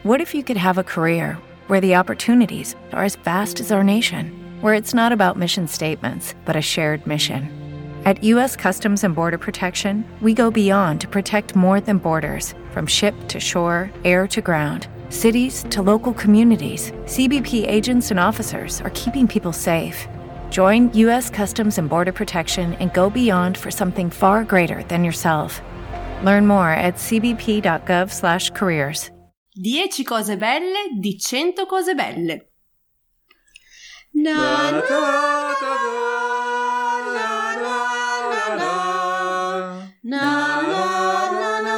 What if you could have a career where the opportunities are as vast as our nation, where it's not about mission statements, but a shared mission? At U.S. Customs and Border Protection, we go beyond to protect more than borders. From ship to shore, air to ground, cities to local communities, CBP agents and officers are keeping people safe. Join U.S. Customs and Border Protection and go beyond for something far greater than yourself. Learn more at cbp.gov/careers. 10 cose belle di 100 cose belle. Na, na, na, na,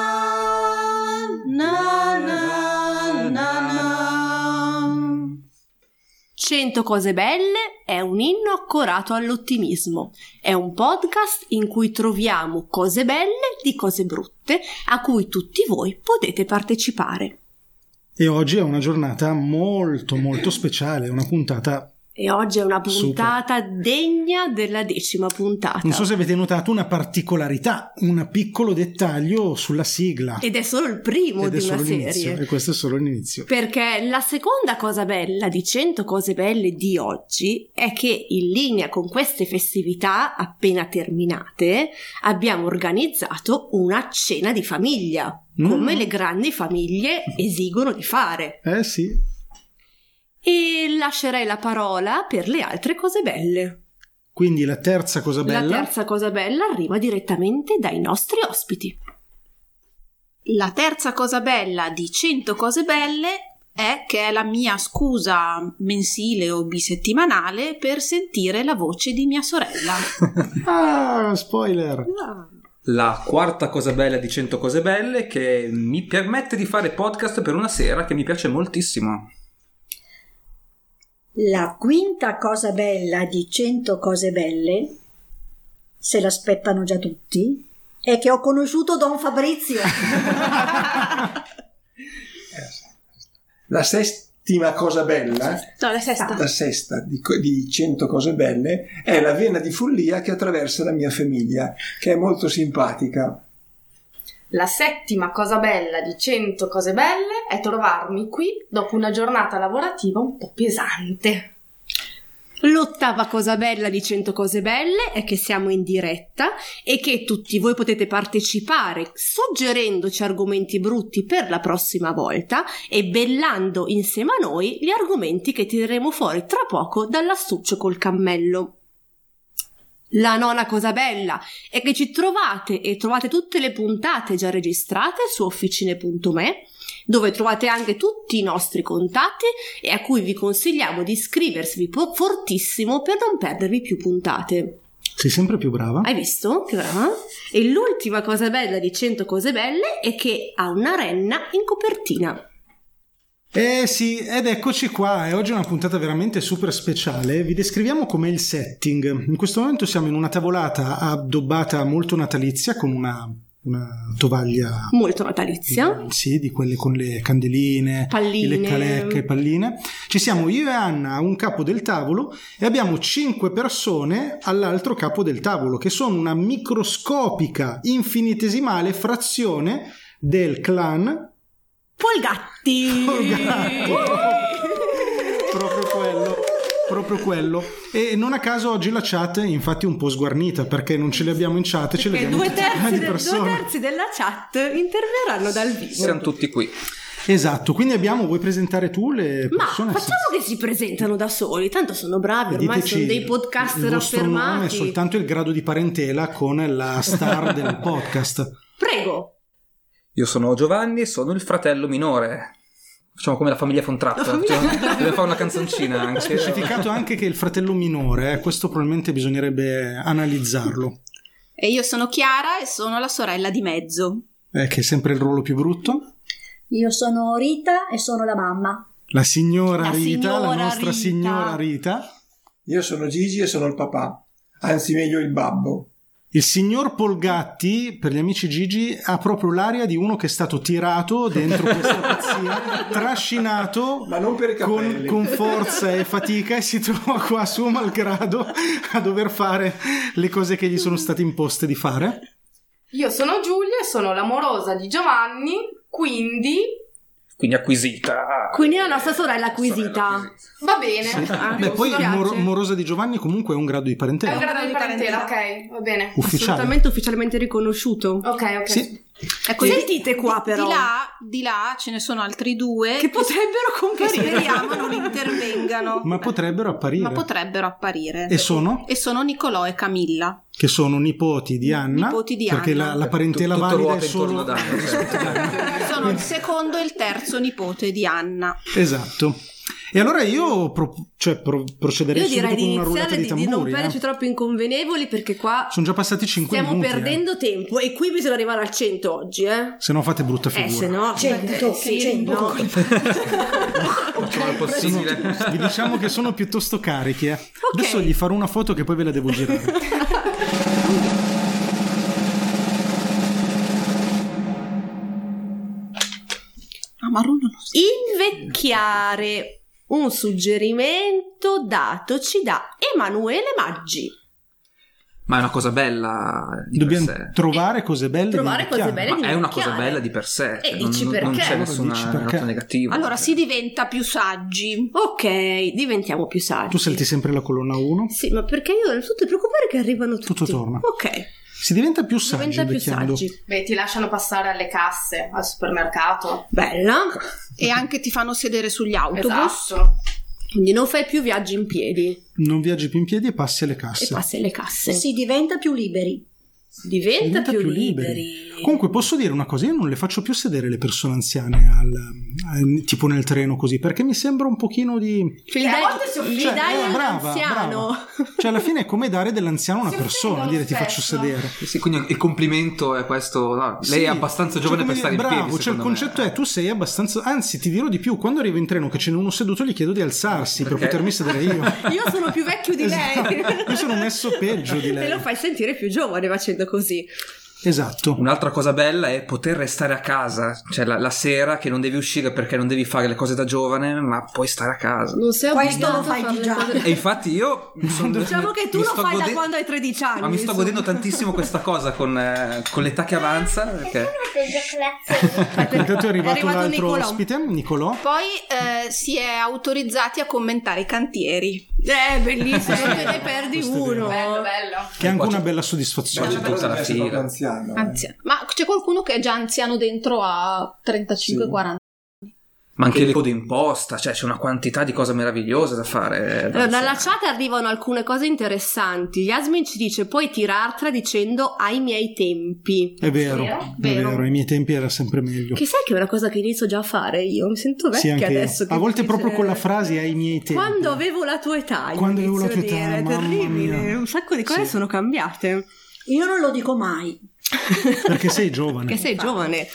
na, na, na, na. 100 cose belle è un inno accorato all'ottimismo. È un podcast in cui troviamo cose belle di cose brutte a cui tutti voi potete partecipare. E oggi è una giornata molto molto speciale, una puntata. E oggi è una puntata degna della 10ª puntata. Non so se avete notato una particolarità, un piccolo dettaglio sulla sigla. Ed è solo il primo di una serie. E questo è solo l'inizio. Perché la seconda cosa bella di 100 cose belle di oggi è che, in linea con queste festività appena terminate, abbiamo organizzato una cena di famiglia, come le grandi famiglie esigono di fare. Sì. E lascerei la parola per le altre cose belle. Quindi la terza cosa bella? La terza cosa bella arriva direttamente dai nostri ospiti. La terza cosa bella di 100 cose belle è che è la mia scusa mensile o bisettimanale per sentire la voce di mia sorella. Spoiler! La quarta cosa bella di 100 cose belle che mi permette di fare podcast per una sera che mi piace moltissimo. La quinta cosa bella di 100 cose belle, se l'aspettano già tutti, è che ho conosciuto Don Fabrizio. La settima cosa bella, no, la sesta di 100 cose belle, è la vena di follia che attraversa la mia famiglia, che è molto simpatica. La settima cosa bella di 100 cose belle è trovarmi qui dopo una giornata lavorativa un po' pesante. L'ottava cosa bella di 100 cose belle è che siamo in diretta e che tutti voi potete partecipare suggerendoci argomenti brutti per la prossima volta e bellando insieme a noi gli argomenti che tireremo fuori tra poco dall'astuccio col cammello. La nona cosa bella è che ci trovate e trovate tutte le puntate già registrate su officine.me, dove trovate anche tutti i nostri contatti e a cui vi consigliamo di iscrivervi fortissimo per non perdervi più puntate. Sei sempre più brava. Hai visto? Che brava. E l'ultima cosa bella di 100 cose belle è che ha una renna in copertina. Sì, ed eccoci qua, e oggi è una puntata veramente super speciale. Vi descriviamo com'è il setting. In questo momento siamo in una tavolata addobbata molto natalizia con una tovaglia molto natalizia, sì, di quelle con le candeline, palline, le calecche, palline. Ci siamo io e Anna a un capo del tavolo e abbiamo 5 persone all'altro capo del tavolo, che sono una microscopica, infinitesimale frazione del clan Polgatti. Proprio quello. E non a caso oggi la chat è infatti un po' sguarnita, perché non ce li abbiamo in chat, ce li abbiamo due terzi della chat interverranno dal vivo. Siamo tutti qui. Esatto, quindi vuoi presentare tu le persone? Ma facciamo che si presentano da soli, tanto sono bravi, ormai sono dei podcaster affermati. Il vostro nome è soltanto il grado di parentela con la star del podcast. Prego. Io sono Giovanni e sono il fratello minore. Facciamo come la famiglia Fontratto. Deve fare una canzoncina anche. Specificato anche che il fratello minore, questo probabilmente bisognerebbe analizzarlo. E io sono Chiara e sono la sorella di mezzo. Che è sempre il ruolo più brutto. Io sono Rita e sono la mamma. La signora Rita, la nostra signora Rita. Io sono Gigi e sono il papà, anzi meglio il babbo. Il signor Polgatti, per gli amici Gigi, ha proprio l'aria di uno che è stato tirato dentro questa pazzia, trascinato, ma non per i capelli, con forza e fatica, e si trova qua su malgrado a dover fare le cose che gli sono state imposte di fare. Io sono Giulia e sono l'amorosa di Giovanni, quindi quindi acquisita. Quindi la nostra sorella acquisita. Va bene. Sì. Ah, Beh, poi piace. Morosa di Giovanni comunque è un grado di È parentela. un grado di parentela, ok, va bene. Ufficiale. Ufficialmente riconosciuto. Ok. Sì. Ecco, Sentite qua però. Di là ce ne sono altri due Che potrebbero che comparire. speriamo non intervengano. Ma potrebbero apparire. Ma potrebbero apparire. E sono? E sono Nicolò e Camilla. Che sono nipoti di Anna. Nipoti di perché Anna. la parentela Tutto valida ruota è solo intorno ad Anna, certo. Sono il secondo e il terzo nipote di Anna. Esatto. E allora io procederei Io direi subito di con una rullata iniziare di di non tamburi. perderci troppo inconvenevoli perché qua Sono già passati 5 stiamo minuti. perdendo tempo e qui bisogna arrivare al 100 oggi, Se no fate brutta figura. se no 100, sì, 100. no. Come è possibile? Vi diciamo che sono piuttosto carichi. Adesso gli farò una foto che poi ve la devo girare. Marullo non si... Invecchiare. Un suggerimento datoci da Emanuele Maggi. Ma è una cosa bella di Dobbiamo per sé. trovare cose belle. Trovare di cose invecchiare. belle. Ma di è una cosa invecchiare. bella di per sé. E non, dici non perché? c'è Dici nessuna perché? nota negativa. Allora si diventa più saggi. Ok, diventiamo più saggi. Tu salti sempre la colonna 1. Sì, ma perché io non ti preoccupare che arrivano tutti. Tutto torna. Ok. Si diventa più saggi. Diventa più invecchiando. saggi. Beh, ti lasciano passare alle casse al supermercato. Bella. E anche ti fanno sedere sugli autobus. Esatto. Quindi non fai più viaggi in piedi Non viaggi più in piedi e passi alle e casse. passi alle casse. Si diventa più liberi. Diventa più liberi. Comunque posso dire una cosa, io non le faccio più sedere le persone anziane tipo nel treno così, perché mi sembra un pochino di... Cioè, gli a dai, volte si offende. gli dai brava, all'anziano. brava. Cioè alla fine è come dare dell'anziano a una Si persona, offendono dire ti faccio spesso. sedere. Sì, quindi il complimento è questo. No, lei Sì, è abbastanza giovane cioè, per stare in bravo, piedi. cioè il concetto è tu sei abbastanza, anzi ti dirò di più, quando arrivo in treno che ce n'è uno seduto gli chiedo di alzarsi per Perché? potermi sedere io. Io sono più vecchio di lei. Esatto. Io sono messo peggio di E lei. lo fai sentire più giovane facendo così. Esatto. Un'altra cosa bella è poter restare a casa, cioè la sera che non devi uscire perché non devi fare le cose da giovane, ma puoi stare a casa. Non sei Questo obbligato lo fai a fare già. le cose. E infatti io Diciamo che tu mi lo sto fai da quando hai 13 anni. ma mi sto insomma. godendo tantissimo questa cosa con l'età che avanza, perché Intanto è arrivato l'altro Nicolò. ospite, Nicolò. Poi si è autorizzati a commentare i cantieri. Bellissimo, non te ne perdi Questo è uno. Bello, bello. Che è anche Qua c'è- una bella C'è soddisfazione. tutta la fila. Anziano, Ma c'è qualcuno che è già anziano dentro a 35-40. Ma anche le code imposta, cioè c'è una quantità di cose meravigliose da fare. Allora, dalla chat arrivano alcune cose interessanti. Yasmin ci dice puoi tirartela dicendo ai miei tempi. È vero, Vero? è Vero. vero, ai miei tempi era sempre meglio. Che sai che è una cosa che inizio già a fare io? Mi sento Sì, vecchia anche io. adesso. che A volte dice- proprio con la frase ai miei tempi. Quando avevo la tua età. io Quando avevo la inizio tua a età, dire, è mamma terribile. mia. Un sacco di cose Sì. sono cambiate. Io non lo dico mai. Perché sei giovane. Che sei giovane.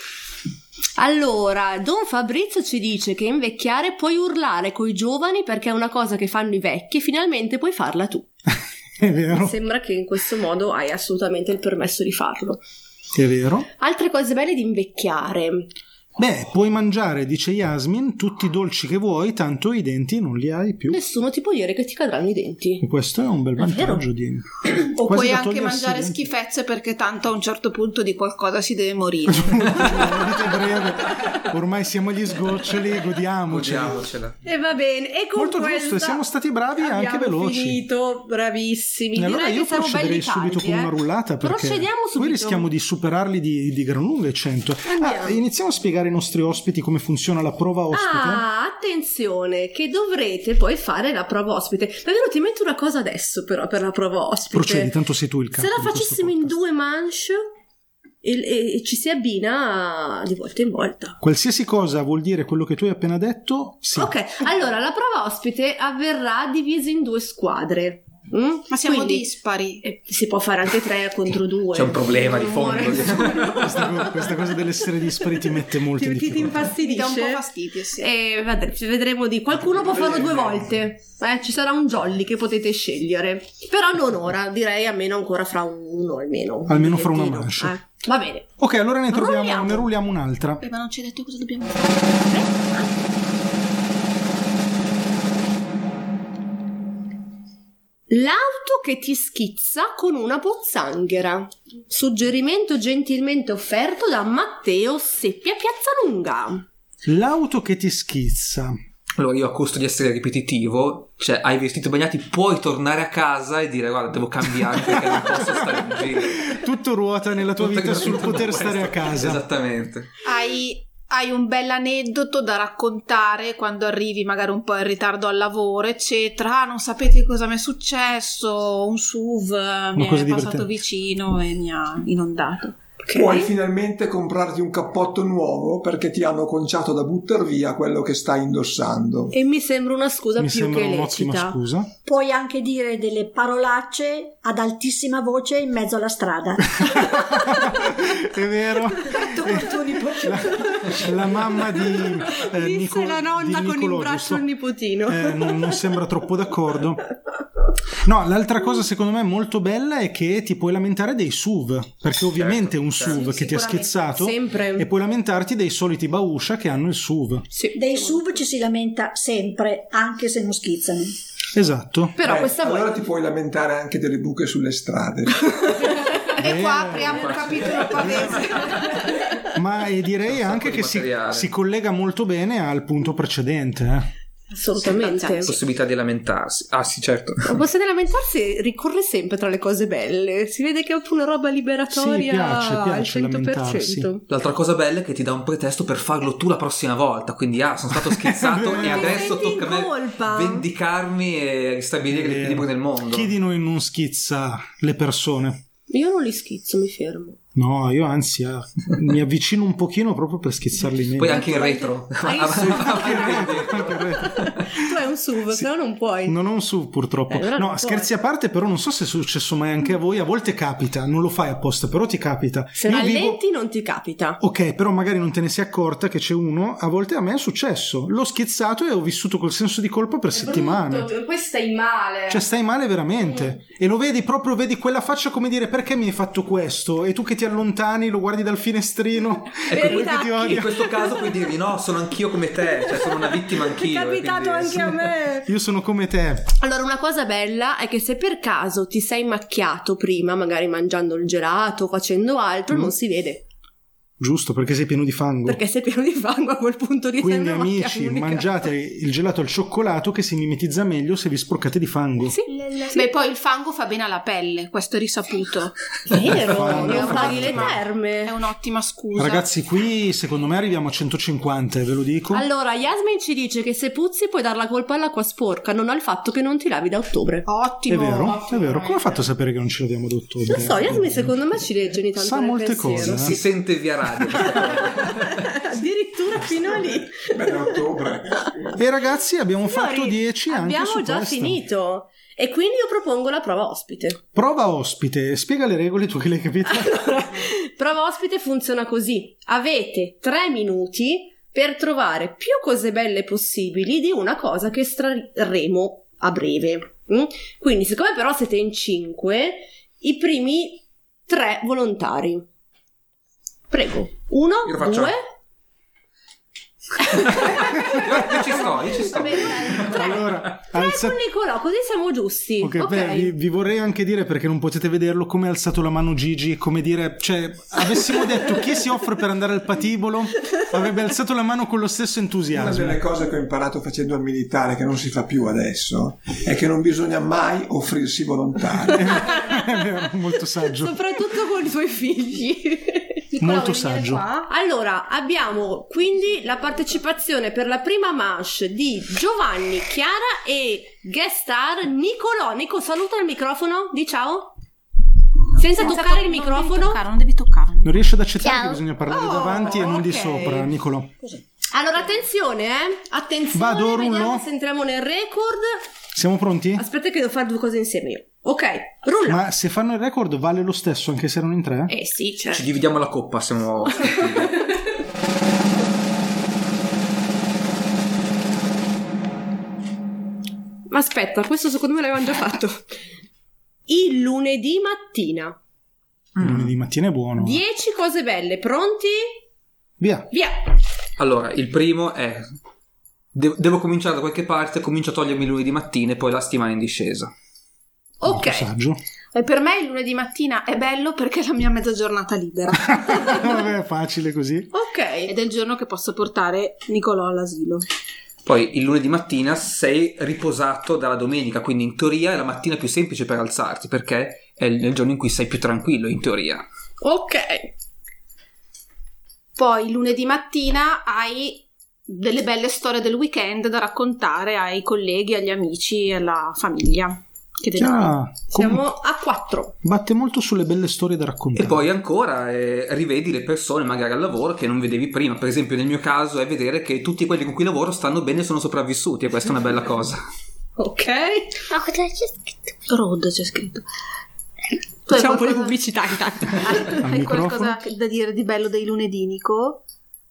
Allora, Don Fabrizio ci dice che invecchiare puoi urlare coi giovani perché è una cosa che fanno i vecchi e finalmente puoi farla tu. È vero, Mi sembra che in questo modo hai assolutamente il permesso di farlo. è vero. Altre cose belle di invecchiare. Beh, puoi mangiare, dice Yasmin, tutti i dolci che vuoi, tanto i denti non li hai più. Nessuno ti può dire che ti cadranno i denti. E questo è un bel vantaggio di... O quasi puoi da anche togliersi mangiare i denti. schifezze perché tanto a un certo punto di qualcosa si deve morire. La vita è breve, ormai siamo agli sgoccioli, godiamocela. Godiamocela. E va bene. E con Molto giusto, questa e siamo stati bravi e anche abbiamo veloci. finito, bravissimi. E allora Direi io che siamo procederei belli subito caldi, con una rullata perché Procediamo subito. poi rischiamo di superarli di gran lunga i 100. Andiamo. Iniziamo a spiegare ai nostri ospiti come funziona la prova ospite. Ah, attenzione, che dovrete poi fare la prova ospite. Mi è venuta in mente una cosa adesso però per la prova ospite. Procedi, tanto sei tu il capo. Se la di questo facessimo in podcast. 2 manche e ci si abbina di volta in volta. Qualsiasi cosa vuol dire quello che tu hai appena detto, sì. Ok, allora la prova ospite avverrà divisa in 2 squadre. Ma siamo Quindi, dispari. si può fare anche 3 contro 2. C'è un problema di fondo. Questa cosa dell'essere dispari ti mette molto in ti difficoltà. Mi dà un po' infastidisce. fastidio, sì. E vedremo di qualcuno può farlo 2 volte. Ci sarà un jolly che potete scegliere. Però non ora, direi almeno ancora fra uno almeno. Almeno fra una bigliettino. manche. Va bene. Ok, allora ne Rulliamo. rulliamo un'altra. Ma non ci hai detto cosa dobbiamo fare. L'auto che ti schizza con una pozzanghera. Suggerimento gentilmente offerto da Matteo Seppia Piazzalunga. L'auto che ti schizza. Allora io, a costo di essere ripetitivo, cioè hai i vestiti bagnati, puoi tornare a casa e dire guarda devo cambiare perché non posso stare in giro. Tutto ruota nella tua Tutto vita sul intorno poter questo. stare a casa. Esattamente. Hai un bel aneddoto da raccontare quando arrivi magari un po' in ritardo al lavoro, eccetera. Non sapete cosa mi è successo, un SUV mi è cosa passato divertente. vicino e mi ha inondato. Puoi finalmente comprarti un cappotto nuovo perché ti hanno conciato da buttar via quello che stai indossando. E mi sembra una scusa Mi più sembra che un'ottima lecita. scusa. Puoi anche dire delle parolacce ad altissima voce in mezzo alla strada. È vero. La mamma di Disse la nonna di con in Nicolò, braccio giusto? il nipotino. Non sembra troppo d'accordo. No, l'altra cosa secondo me molto bella è che ti puoi lamentare dei SUV, perché ovviamente un SUV che ti ha schizzato, Sempre. e puoi lamentarti dei soliti Bauscia che hanno il SUV. Sì. Dei SUV ci si lamenta sempre, anche se non schizzano. Esatto. Però questa allora volta ti puoi lamentare anche delle buche sulle strade. E qua apriamo un capitolo pavese. Ma direi anche di che si materiale. collega molto bene al punto precedente. assolutamente. Possibilità di lamentarsi. Ah sì, certo. La possibilità di lamentarsi ricorre sempre tra le cose belle. Si vede che è una roba liberatoria Sì, piace al lamentarsi. 100%. L'altra cosa bella è che ti dà un pretesto per farlo tu la prossima volta. Quindi sono stato schizzato e adesso Senti in tocca a me colpa. vendicarmi e ristabilire l'equilibrio del mondo. Chi di noi non schizza le persone? Io non li schizzo, mi fermo. No, io anzi mi avvicino un pochino proprio per schizzarli meno. Poi anche in retro. Hai il Tu hai un SUV, però non puoi. Non ho un SUV purtroppo. Allora non No, puoi. scherzi a parte, però non so se è successo mai anche a voi. A volte capita, non lo fai apposta, però ti capita. Se Io rallenti non ti capita. Ok, però magari non te ne sei accorta che c'è uno. A volte a me è successo. L'ho schizzato e ho vissuto col senso di colpa per settimane. Poi stai male. Cioè stai male veramente. E lo vedi proprio, vedi quella faccia come dire perché mi hai fatto questo? E tu che ti allontani, lo guardi dal finestrino. Ecco, e poi che ti in odia. questo caso puoi dirgli no, sono anch'io come te, cioè sono una vittima anch'io. È capitato quindi- anche a me. Io sono come te. Allora, una cosa bella è che se per caso ti sei macchiato prima, magari mangiando il gelato o facendo altro, non si vede. Giusto, perché sei pieno di fango. Perché sei pieno di fango a quel punto di Quindi sembra amici, macchiare l'unica- mangiate il gelato al cioccolato che si mimetizza meglio se vi sporcate di fango. Sì, Beh, poi il fango fa bene alla pelle, questo è risaputo. vero, Fango, devo fango. fare le È terme. un'ottima scusa. Ragazzi, qui secondo me arriviamo a 150, ve lo dico. Allora, Yasmin ci dice che se puzzi puoi dar la colpa all'acqua sporca, non al fatto che non ti lavi da ottobre. È Ottimo. vero, è vero. Come ha fatto a sapere che non ci laviamo ad ottobre? Non so, Yasmin secondo me ci legge ogni tanto Sa nel molte pensiero. cose, Si sente via radio. Addirittura fino lì. Beh, è ottobre. E ragazzi, abbiamo fatto Signori, 10 anche abbiamo su già questo. finito. E quindi io propongo la prova ospite. Prova ospite, spiega le regole tu che l'hai capito. Prova ospite funziona così. Avete 3 minuti per trovare più cose belle possibili di una cosa che estrarremo a breve. Quindi, siccome però siete in 5, i primi 3 volontari. Prego. 1, Io lo faccio. 2. Io ci sto. Allora, 3 alza- con Nicolò, così siamo giusti. Ok, beh, vi vorrei anche dire, perché non potete vederlo, come ha alzato la mano Gigi, come dire, cioè, avessimo detto chi si offre per andare al patibolo, avrebbe alzato la mano con lo stesso Una entusiasmo. delle cose che ho imparato facendo il militare, che non si fa più adesso, è che non bisogna mai offrirsi volontari. È vero, molto saggio. Soprattutto con i tuoi figli. Molto saggio. Allora, abbiamo quindi la partecipazione per la prima manche di Giovanni, Chiara e guest star Nicolò. Nico, saluta il microfono, di ciao. Senza toccare il microfono. Non devi toccarlo. Non riesce ad accettare Ciao. che bisogna parlare Oh, davanti e non di ok. sopra, Nicolò. Allora, attenzione, attenzione, Vado, vediamo rullo. se entriamo nel record. Siamo pronti? Aspetta che devo fare 2 cose insieme io. Ok, rulla. Ma se fanno il record vale lo stesso anche se erano in 3? Sì, certo. Ci dividiamo la coppa, siamo Ma aspetta, questo secondo me l'avevamo già fatto. Il lunedì mattina. Lunedì mattina è buono. 10 cose belle, pronti? Via. Via! Allora, il primo è devo cominciare da qualche parte, comincio a togliermi lunedì mattina e poi la settimana in discesa. Molto Ok. saggio. E per me il lunedì mattina è bello perché è la mia mezza giornata libera. Vabbè, facile così. Ok. Ed è il giorno che posso portare Nicolò all'asilo. Poi il lunedì mattina sei riposato dalla domenica, quindi in teoria è la mattina più semplice per alzarti, perché è il giorno in cui sei più tranquillo, in teoria. Ok. Poi il lunedì mattina hai delle belle storie del weekend da raccontare ai colleghi, agli amici e alla famiglia. Che te dai. Ah, Siamo a 4. batte molto sulle belle storie da raccontare. E poi ancora rivedi le persone magari al lavoro che non vedevi prima. Per esempio nel mio caso è vedere che tutti quelli con cui lavoro stanno bene e sono sopravvissuti, e questa è una bella cosa. Ok. Ma cosa c'è scritto? Road c'è scritto. Facciamo un po' di pubblicità intanto. Hai microfono. qualcosa da dire di bello dei lunedì, Nico?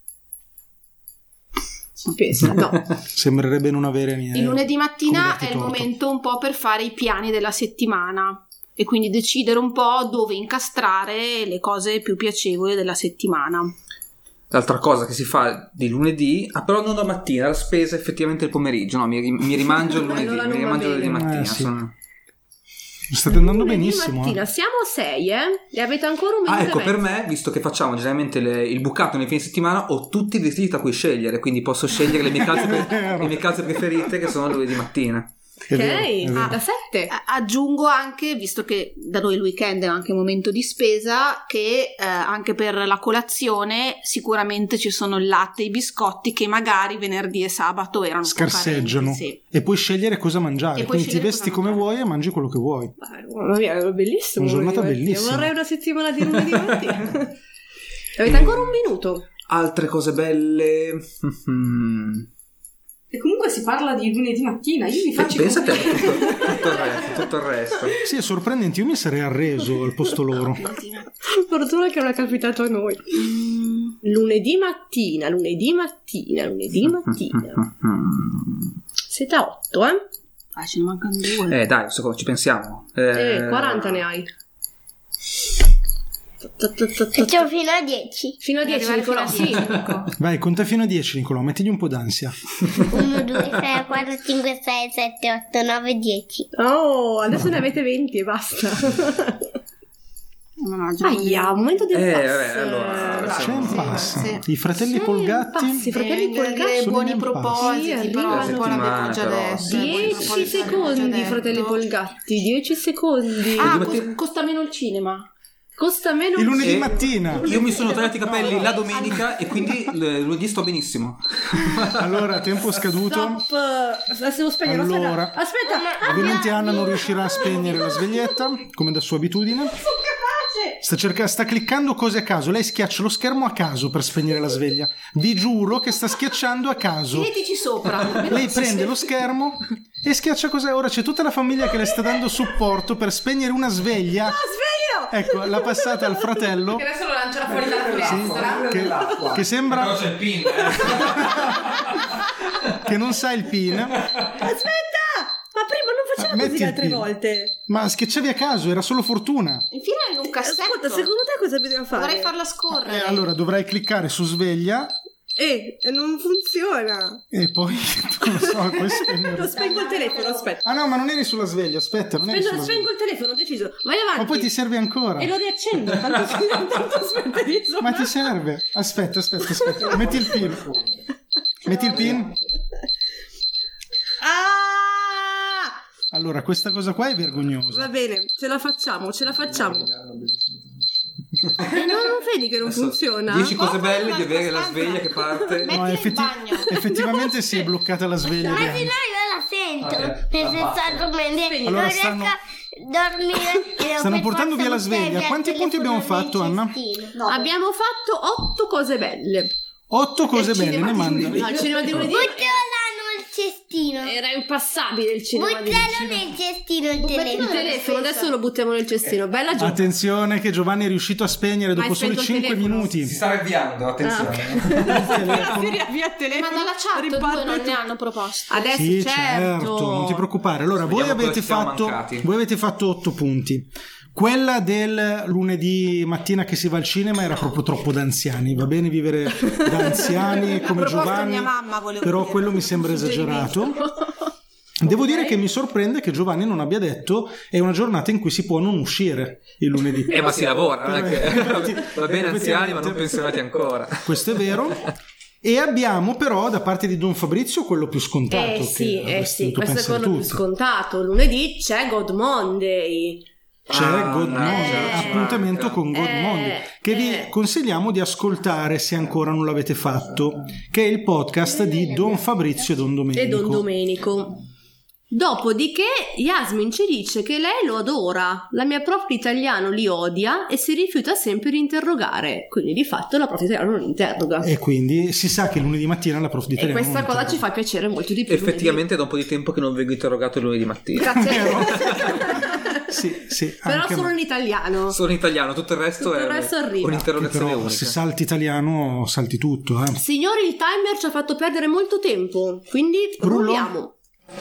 Pensa, no. Sembrerebbe non avere niente. Il lunedì mattina come è il torto. momento un po' per fare i piani della settimana e quindi decidere un po' dove incastrare le cose più piacevoli della settimana. L'altra cosa che si fa di lunedì, però non la mattina, la spesa effettivamente il pomeriggio, no, mi rimangio il lunedì, Allora non mi va rimangio il lunedì bene. mattina. Sì. State andando Lunedì benissimo. mattina siamo 6, E avete ancora un minuto Ah, ecco, e per mezzo. me, visto che facciamo generalmente il bucato nei fine settimana, ho tutti i vestiti da cui scegliere, quindi posso scegliere le mie calze, le mie calze preferite, che sono lunedì mattina. È vero, è Ok, vero. da 7. Aggiungo anche, visto che da noi il weekend è anche un momento di spesa, che anche per la colazione sicuramente ci sono il latte e i biscotti che magari venerdì e sabato erano un po' Scarseggiano. carenti, sì. E puoi scegliere cosa mangiare, E puoi quindi ti scegliere vesti cosa come mangiare. vuoi e mangi quello che vuoi. Mamma mia, è bellissimo. Una giornata lunedì mattina. bellissima. Vorrei una settimana di lunedì mattina. Avete ancora un minuto. Altre cose belle. E comunque si parla di lunedì mattina, io mi faccio Pensa a te, tutto il resto. Sì, è sorprendente, io mi sarei arreso al posto loro. Fortuna che non è capitato a noi. Lunedì mattina. Siete a 8, Ce ne mancano 2. Dai, ci pensiamo. 40 ne hai. Facciamo fino a 10. Fino a 10, Nicolò, sì. Vai, conta fino a 10, Nicolò, mettigli un po' d'ansia. 1, 2, 3, 4, 5, 6, 7, 8, 9, 10. Oh, adesso ne avete 20 e basta. Aia, un momento di impasse. Vabbè, allora, C'è un passo. Sì. I fratelli Polgatti. I fratelli Polgatti sono buoni in impasse. propositi, Sì, però un po' l'abbiamo già settimana, detto. 10 secondi, fratelli Polgatti, 10 secondi. Costa meno il cinema. Costa meno Il lunedì E mattina. Io mi sono tagliato i capelli la domenica e quindi lunedì sto benissimo. Allora, tempo scaduto. Stop. Adesso devo spegnere. Allora. Aspetta. Ovviamente Anna non riuscirà a spegnere la sveglietta, come da sua abitudine. Sta cliccando cose a caso. Lei schiaccia lo schermo a caso per spegnere la sveglia. Vi giuro che sta schiacciando a caso. Metteci sopra. Lei prende lo schermo e schiaccia cos'è. Ora c'è tutta la famiglia che le sta dando supporto per spegnere una sveglia. Ecco, l'ha passata al fratello. Che adesso lo lancerà fuori dalla finestra. Che sembra c'è il pin. che non sa il pin. Aspetta! Ma prima non faceva Metti così il le altre pin. volte. Ma schiacciavi a caso, era solo fortuna. Infine in un cassetto. Ascolta, secondo te cosa bisogna fare? Vorrei farla scorrere. Allora dovrai cliccare su sveglia non funziona. e poi non lo so, puoi spegnere. Lo spengo il telefono, aspetta. Ah no, ma non eri sulla sveglia, aspetta, non eri sulla Spengo sveglia. il telefono, ho deciso. Vai avanti. Ma poi ti serve ancora. E lo riaccendo. Tanto aspetta di Ma ti serve? Aspetta. Metti il pin. Metti il pin. Ah! Allora, questa cosa qua è vergognosa. Va bene, ce la facciamo. E non vedi che non funziona? 10 cose belle di avere la sveglia che parte. No, effettivamente si è bloccata la sveglia. di Ma Anna. fino io la sento. Per senza dormire. Allora, Non riesco a dormire. e stanno per portando forza via la buttare sveglia. via il Quanti punti abbiamo telefono fatto, nel Anna? cestino. Abbiamo fatto 8 cose belle. 8 cose belle, ne manda. Al cinema di lunedì Buttalo nel cestino. era impassabile il cinema di Buttalo nel cestino il il telefono. telefono, adesso lo buttiamo nel cestino. Bella giù. Attenzione che Giovanni è riuscito a spegnere dopo hai solo spento il 5 telefono? minuti. Si sta avviando, attenzione. Via il telefono. Ma dalla chat Riparte due non tutto. ne hanno proposto. Adesso Sì, certo. non ti preoccupare. Allora, voi Vediamo avete, cosa ci siamo mancati. 8 punti. Quella del lunedì mattina che si va al cinema era proprio troppo da anziani. Va bene vivere da anziani come proposto Giovanni, mia mamma, volevo però dire. quello mi sembra esagerato. Devo dire che mi sorprende che Giovanni non abbia detto è una giornata in cui si può non uscire il lunedì. Ma si lavora, non è che va bene anziani ma non pensionati ancora. Questo è vero. E abbiamo però da parte di Don Fabrizio quello più scontato. Sì, questo è quello più scontato. Lunedì c'è God Monday. C'è God Monday, appuntamento con God Monday, che vi consigliamo di ascoltare se ancora non l'avete fatto, che è il podcast di Don Fabrizio e Don Domenico. Dopodiché Yasmin ci dice che lei lo adora, la mia prof di italiano li odia e si rifiuta sempre di interrogare, quindi di fatto la prof di italiano non interroga. E quindi si sa che lunedì mattina la prof di italiano e questa cosa ci fa piacere molto di più. Effettivamente da un po' di tempo che non vengo interrogato il lunedì mattina. Grazie a te. Sì, però solo in italiano. Solo in italiano, tutto il resto arriva. Un'interrogazione unica. Se salti italiano salti tutto. Signori, il timer ci ha fatto perdere molto tempo, quindi rulliamo.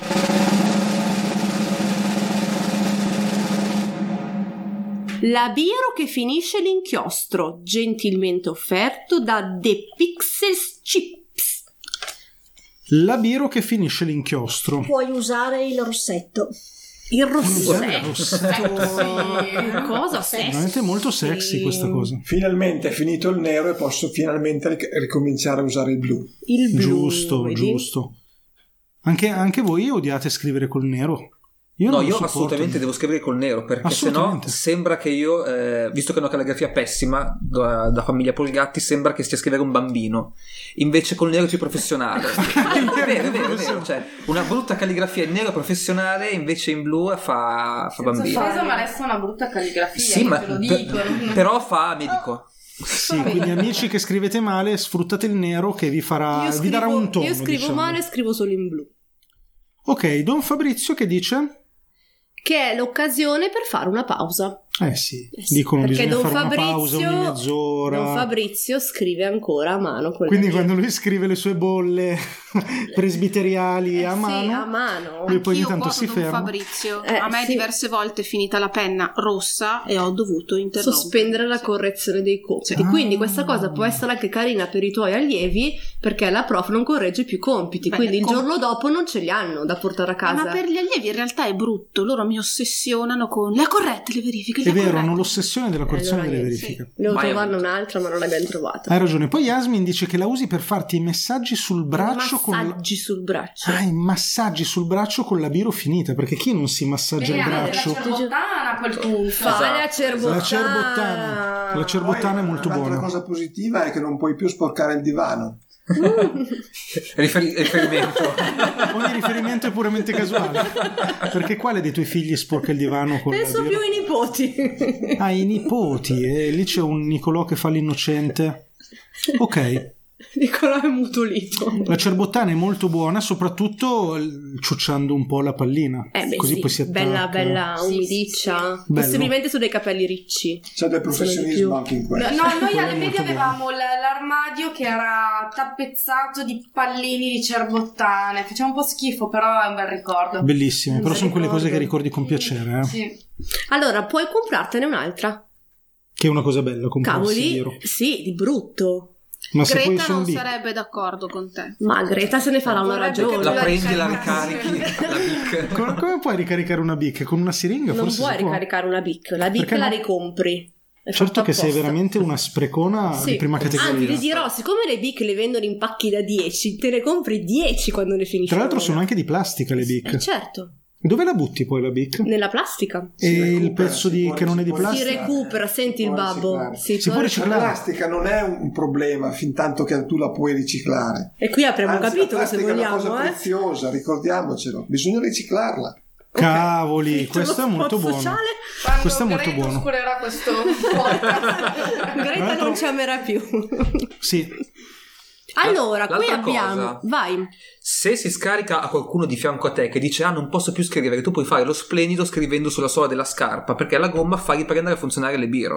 La Biro che finisce l'inchiostro, gentilmente offerto da The Pixels Chips. La Biro che finisce l'inchiostro. Puoi usare il rossetto. Il rossetto. Cosa sexy. Veramente molto sexy questa cosa. Finalmente è finito il nero e posso finalmente ricominciare a usare il blu. Il blu. Giusto. Anche voi odiate scrivere col nero? Io assolutamente devo scrivere col nero, perché sennò sembra che io, visto che ho una calligrafia pessima da famiglia Polgatti, sembra che stia a scrivere un bambino. Invece col nero è più professionale. È vero. Cioè, una brutta calligrafia in nero professionale, invece in blu fa bambino. Ma resta una brutta calligrafia, sì, ma te lo dico. Però fa medico. Sì, quindi amici che scrivete male, sfruttate il nero che vi darà un tono. Io scrivo male, scrivo solo in blu. Ok, Don Fabrizio che dice? Che è l'occasione per fare una pausa. Sì. Dicono perché bisogna Don fare Fabrizio, una pausa ogni mezz'ora. Don Fabrizio scrive ancora a mano. Quindi quando lui scrive le sue bolle presbiteriali a mano, lui poi ogni tanto si ferma. Don Fabrizio, a me diverse volte è finita la penna rossa e ho dovuto interrompere. Sospendere la correzione dei compiti. Quindi questa cosa può essere anche carina per i tuoi allievi, perché la prof non corregge più compiti, quindi il giorno dopo non ce li hanno da portare a casa. Ma per gli allievi in realtà è brutto, loro mi ossessionano con le ha corrette le verifiche. È vero, hanno l'ossessione della correzione delle verifiche. Devo trovarne un'altra, ma non l'abbiamo trovata. Hai ragione. Poi Yasmin dice che la usi per farti i messaggi sul braccio. Sul braccio. I massaggi sul braccio con la biro finita, perché chi non si massaggia il braccio? La cerbottana a quel punto. Fare la cerbottana. La cerbottana è molto buona. L'altra cosa positiva è che non puoi più sporcare il divano. Riferimento. Ogni riferimento è puramente casuale. Perché quale dei tuoi figli sporca il divano con Penso più ai nipoti. I nipoti. E lì c'è un Nicolò che fa l'innocente. Ok. Nicolò è mutolito. La cerbottana è molto buona, soprattutto ciucciando un po' la pallina. Così poi si attacca. Bella umidiccia. Possibilmente su dei capelli ricci. C'è del professionismo anche in questo. No, noi alle medie avevamo l'armadio che era tappezzato di pallini di cerbottane. Faceva un po' schifo, però è un bel ricordo. Bellissimo, però sono quelle cose che ricordi con piacere. Sì. Allora, puoi comprartene un'altra. Che è una cosa bella, cavoli, sì, di brutto. Ma Greta non sarebbe d'accordo con te. Ma Greta se ne farà una ragione. La prendi e la ricarichi la Bic. Come puoi ricaricare una Bic? Con una siringa? Non puoi ricaricare una Bic. La Bic la ricompri. Certo che sei veramente una sprecona di prima categoria. Anzi, ti dirò, siccome le Bic le vendono in pacchi da 10, te ne compri 10 quando ne finisci. Tra l'altro sono anche di plastica le Bic. Certo. Dove la butti poi la Bic? Nella plastica. E il pezzo che non è di plastica? Si recupera, senti il babbo. Si può riciclare. La plastica non è un problema fin tanto che tu la puoi riciclare. E qui abbiamo capito che se vogliamo. È una cosa preziosa, ricordiamocelo. Bisogna riciclarla. Cavoli, questo è molto buono. Questo è molto buono. Questo Greta non ci amerà più. Sì. Allora, qui abbiamo. Vai. Se si scarica a qualcuno di fianco a te che dice non posso più scrivere, tu puoi fare lo splendido scrivendo sulla suola della scarpa, perché la gomma fa riprendere a funzionare le biro.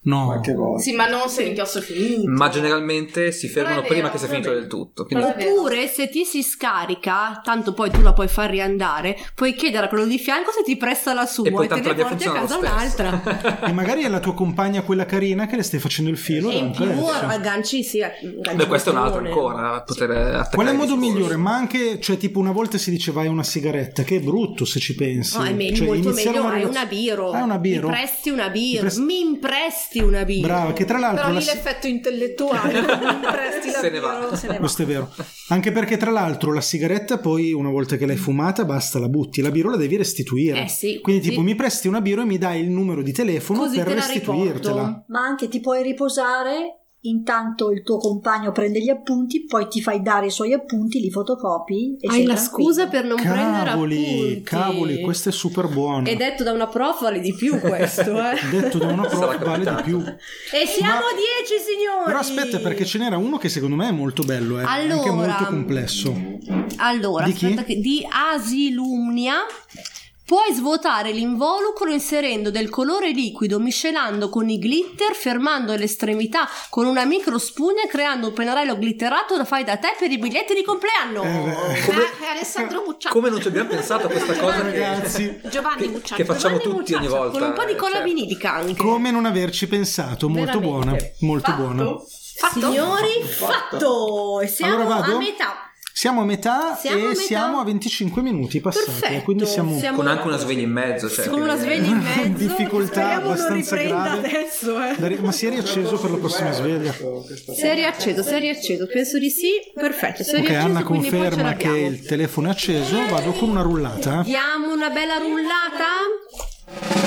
No. Qualche volta. Sì, ma non se l'inchiostro è finito. Ma generalmente si fermano Non è prima vero, che sia non è finito vero. del tutto. Quindi... Oppure se ti si scarica, tanto poi tu la puoi far riandare, puoi chiedere a quello di fianco se ti presta la sua E poi te tanto ne la via porti a casa funziona lo stesso. un'altra. E magari è la tua compagna quella carina che le stai facendo il filo. E in più agganci, sì, Beh, questo è un altro ancora, poter attaccare. Qual è il modo i discorsi. migliore? Ma anche, cioè, tipo una volta si diceva hai una sigaretta, che è brutto se ci pensi. No, è meglio, Cioè, molto iniziare meglio, hai relazio- una biro. Hai una biro? Mi presti una biro. Mi Mi impresti una biro. Brava, che tra l'altro Però la lì l'effetto intellettuale, non presti la Se ne va. biro, se ne va. questo è vero. Anche perché tra l'altro la sigaretta poi una volta che l'hai fumata basta, la butti, la biro la devi restituire. Sì, Quindi sì. tipo mi presti una biro e mi dai il numero di telefono Così per te la restituirtela. riporto. Ma anche ti puoi riposare, intanto il tuo compagno prende gli appunti, poi ti fai dare i suoi appunti, li fotocopi e Hai sei la tranquillo. scusa per non prendere appunti. Cavoli, questo è super buono. È detto da una prof vale di più questo, Detto da una prof Sarà vale di capitato. più. E siamo 10 signori. Però aspetta, perché ce n'era uno che secondo me è molto bello, è anche Allora, molto complesso. Allora, Di chi? aspetta che di Asilumnia. Puoi svuotare l'involucro inserendo del colore liquido, miscelando con i glitter, fermando le estremità con una microspugna e creando un pennarello glitterato da fai da te per i biglietti di compleanno. È Alessandro Bucciano. Come non ci abbiamo pensato a questa cosa, Ragazzi, Giovanni che Bucciano. facciamo Giovanni tutti ogni Mucciaccia, volta. con un po' di colla cioè. vinilica anche. come non averci pensato? Molto Veramente. buona, molto buona. Signori, fatto! E siamo Allora vado? a metà. Siamo a metà Siamo e a metà. siamo a 25 minuti passati, Perfetto. quindi siamo Con anche una sveglia in mezzo. Cioè, con una quindi- sveglia in mezzo. difficoltà Speriamo non abbastanza riprenda grave. adesso, Ma si è riacceso per la prossima sveglia? Si è riacceso, penso di sì. Perfetto, si è Ok, riacceso, Anna quindi poi ce conferma che l'abbiamo. il telefono è acceso, vado con una rullata. Diamo una bella rullata.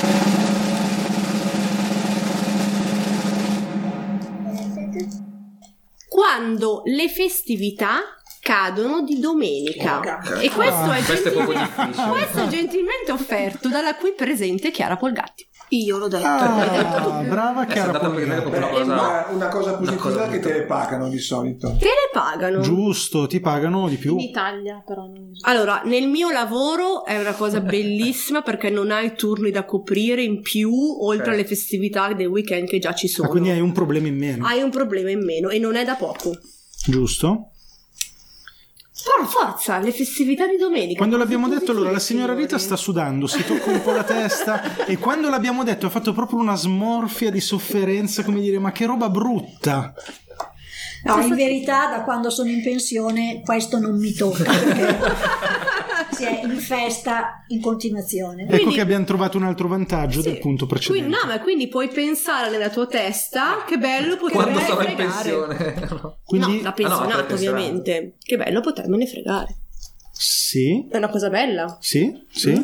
Quando le festività cadono di domenica. E questo è, questo è proprio difficile. questo è gentilmente offerto dalla qui presente Chiara Polgatti. Io l'ho detto. Ah, brava È Chiara andata a prendere Polgatti. proprio una cosa. Una cosa positiva cosa che te le pagano di solito. Te le pagano. Giusto, ti pagano di più. In Italia però non esiste. Allora, nel mio lavoro è una cosa bellissima perché non hai turni da coprire in più, oltre alle festività dei weekend che già ci sono. Ah, quindi hai un problema in meno. Hai un problema in meno e non è da poco. Giusto? Però forza, le festività di domenica. Quando l'abbiamo detto, allora la Positive, signora Rita sta sudando, si tocca un po' la testa e quando l'abbiamo detto ha fatto proprio una smorfia di sofferenza, come dire, ma che roba brutta. No, in verità da quando sono in pensione questo non mi tocca perché si è in festa in continuazione. Ecco che abbiamo trovato un altro vantaggio del punto precedente. Quindi, no, ma quindi puoi pensare nella tua testa che bello potermene Quando sarò in fregare. pensione. Quindi, No, da no, pensionato pre-pensionato. ovviamente. Che bello potermene fregare. sì, È una cosa bella. sì.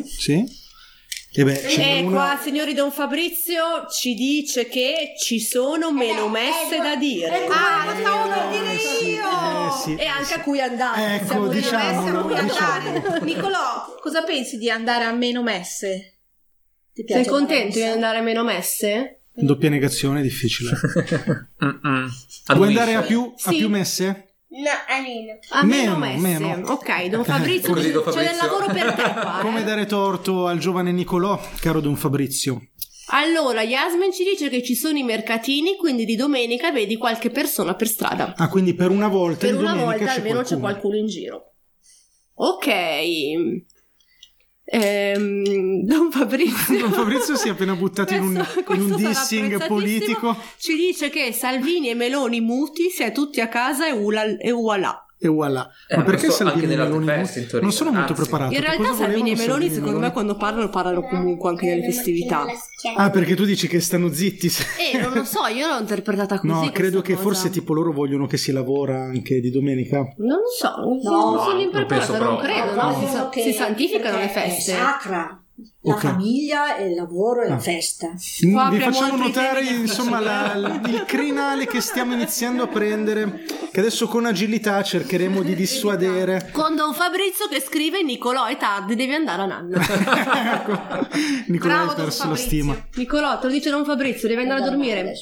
E beh, c'è E una... qua, signori, Don Fabrizio ci dice che ci sono meno messe da dire. Ah, lo stavo per dire io! sì, E anche a cui andare. Ecco, Siamo diciamolo, messe a cui diciamolo. andare. Nicolò, cosa pensi di andare a meno messe? Ti piace Sei contento di la andare a meno messe? Doppia negazione è difficile. Vuoi Annuisce. andare a più Sì. messe? No, almeno. A meno Meno, messe. meno. Ok, Don Fabrizio, Così, Don c'è del Fabrizio. lavoro per te qua. Come dare torto al giovane Nicolò, caro Don Fabrizio? Allora, Yasmin ci dice che ci sono i mercatini, quindi di domenica vedi qualche persona per strada. Ah, quindi per una volta Per di una domenica volta c'è almeno c'è qualcuno. qualcuno in giro. Ok. Don Fabrizio. Don Fabrizio si è appena buttato in un Questo sarà dissing apprezzatissimo. politico. Ci dice che Salvini e Meloni muti, si è tutti a casa e voilà. E voilà. Ma ma perché questo Salvini anche e nelle Meloni altre feste, in teoria. non sono molto Anzi. preparato? In Che realtà cosa Salvini e volevano Meloni, Salvini e secondo me, Meloni? quando parlano comunque anche nelle festività. Ah, perché tu dici che stanno zitti? Non lo so, io l'ho interpretata così. No, credo questa che cosa. forse tipo loro vogliono che si lavora anche di domenica. Non lo so, non No, sono non impreparata, penso non proprio. credo, no? Vogliono che- Si santificano le perché feste. È sacra la Ok. famiglia e il lavoro e la festa. Vi apriamo facciamo altri notare temi insomma il crinale che stiamo iniziando a prendere, che adesso con agilità cercheremo di dissuadere. Con Don Fabrizio che scrive: Nicolò, è tardi, devi andare a nanna. Ecco, Nicolò Bravo, ha Don perso la Fabrizio. stima. Nicolò, te lo dice Don Fabrizio, devi andare a dormire.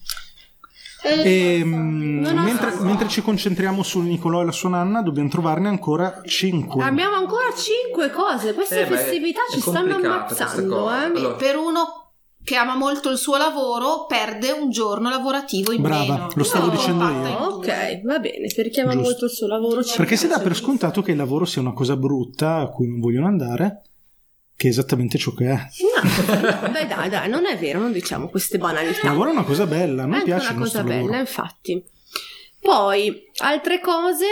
E, Non ho mentre ci concentriamo su Nicolò e la sua nanna, dobbiamo trovarne ancora 5. Abbiamo ancora 5 cose. Queste ma è- festività è ci stanno complicata questa ammazzando, cosa. eh. Allora, Per uno che ama molto il suo lavoro perde un giorno lavorativo in Brava, meno. lo stavo dicendo io. Ok, va bene, per chi ama Giusto. molto il suo lavoro. Perché si dà per scontato che il lavoro sia una cosa brutta a cui non vogliono andare, che è esattamente ciò che è. No, dai, non è vero, non diciamo queste banalità. Il lavoro è una cosa bella, a me È piace anche il una cosa nostro bella, lavoro. infatti. Poi, altre cose...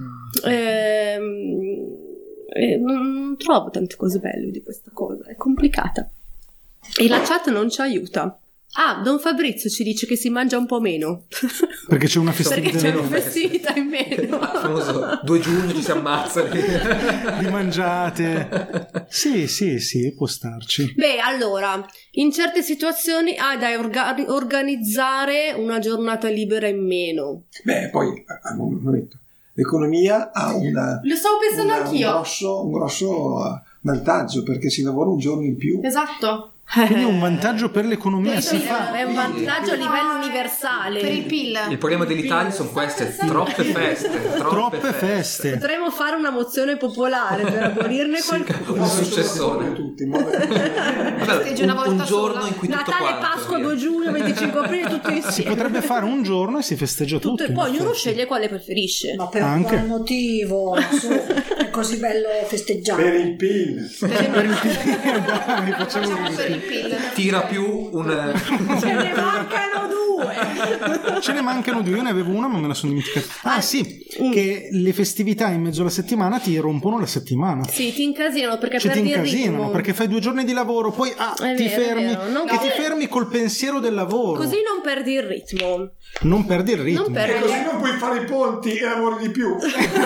non trovo tante cose belle di questa cosa, è complicata. E la chat non ci aiuta. Don Fabrizio ci dice che si mangia un po' meno. Perché c'è una Perché festività c'è una festività in meno. Famoso 2 giugno ci si ammazza di mangiate. Sì, può starci. Beh, allora, in certe situazioni organizzare una giornata libera in meno. Beh, poi un momento. L'economia ha Lo stavo pensando anch'io. un grosso vantaggio, perché si lavora un giorno in più. Esatto. Quindi è un vantaggio per l'economia, si fa. È un vantaggio a livello universale. Per il PIL. Il problema dell'Italia sono queste troppe feste. Potremmo fare una mozione popolare per abolirne qualcuno. Un successone. Festeggi una volta un giorno sola. in cui tutto Natale, quanto, Pasqua, via. 2 giugno, 25 aprile, tutto Si insieme. potrebbe fare un giorno e si festeggia tutto. E poi ognuno sceglie quale preferisce. Ma per Anche. quale motivo? Su, è così bello festeggiare. Per il PIL. Dai, facciamo Facciamo così. per il PIL. Tira più un Ce ne mancano 2. Ce ne mancano 2, io ne avevo una ma me la sono dimenticata. Sì, che le festività in mezzo alla settimana ti rompono la settimana. Sì, ti incasinano perché Cioè ti perdi il incasinano ritmo. perché fai 2 giorni di lavoro, poi È ti vero, è fermi, vero. Non che che- ti fermi col pensiero del lavoro. Così non perdi il ritmo. Non perdi il ritmo. Non perdi E così non puoi fare i ponti e lavori di più.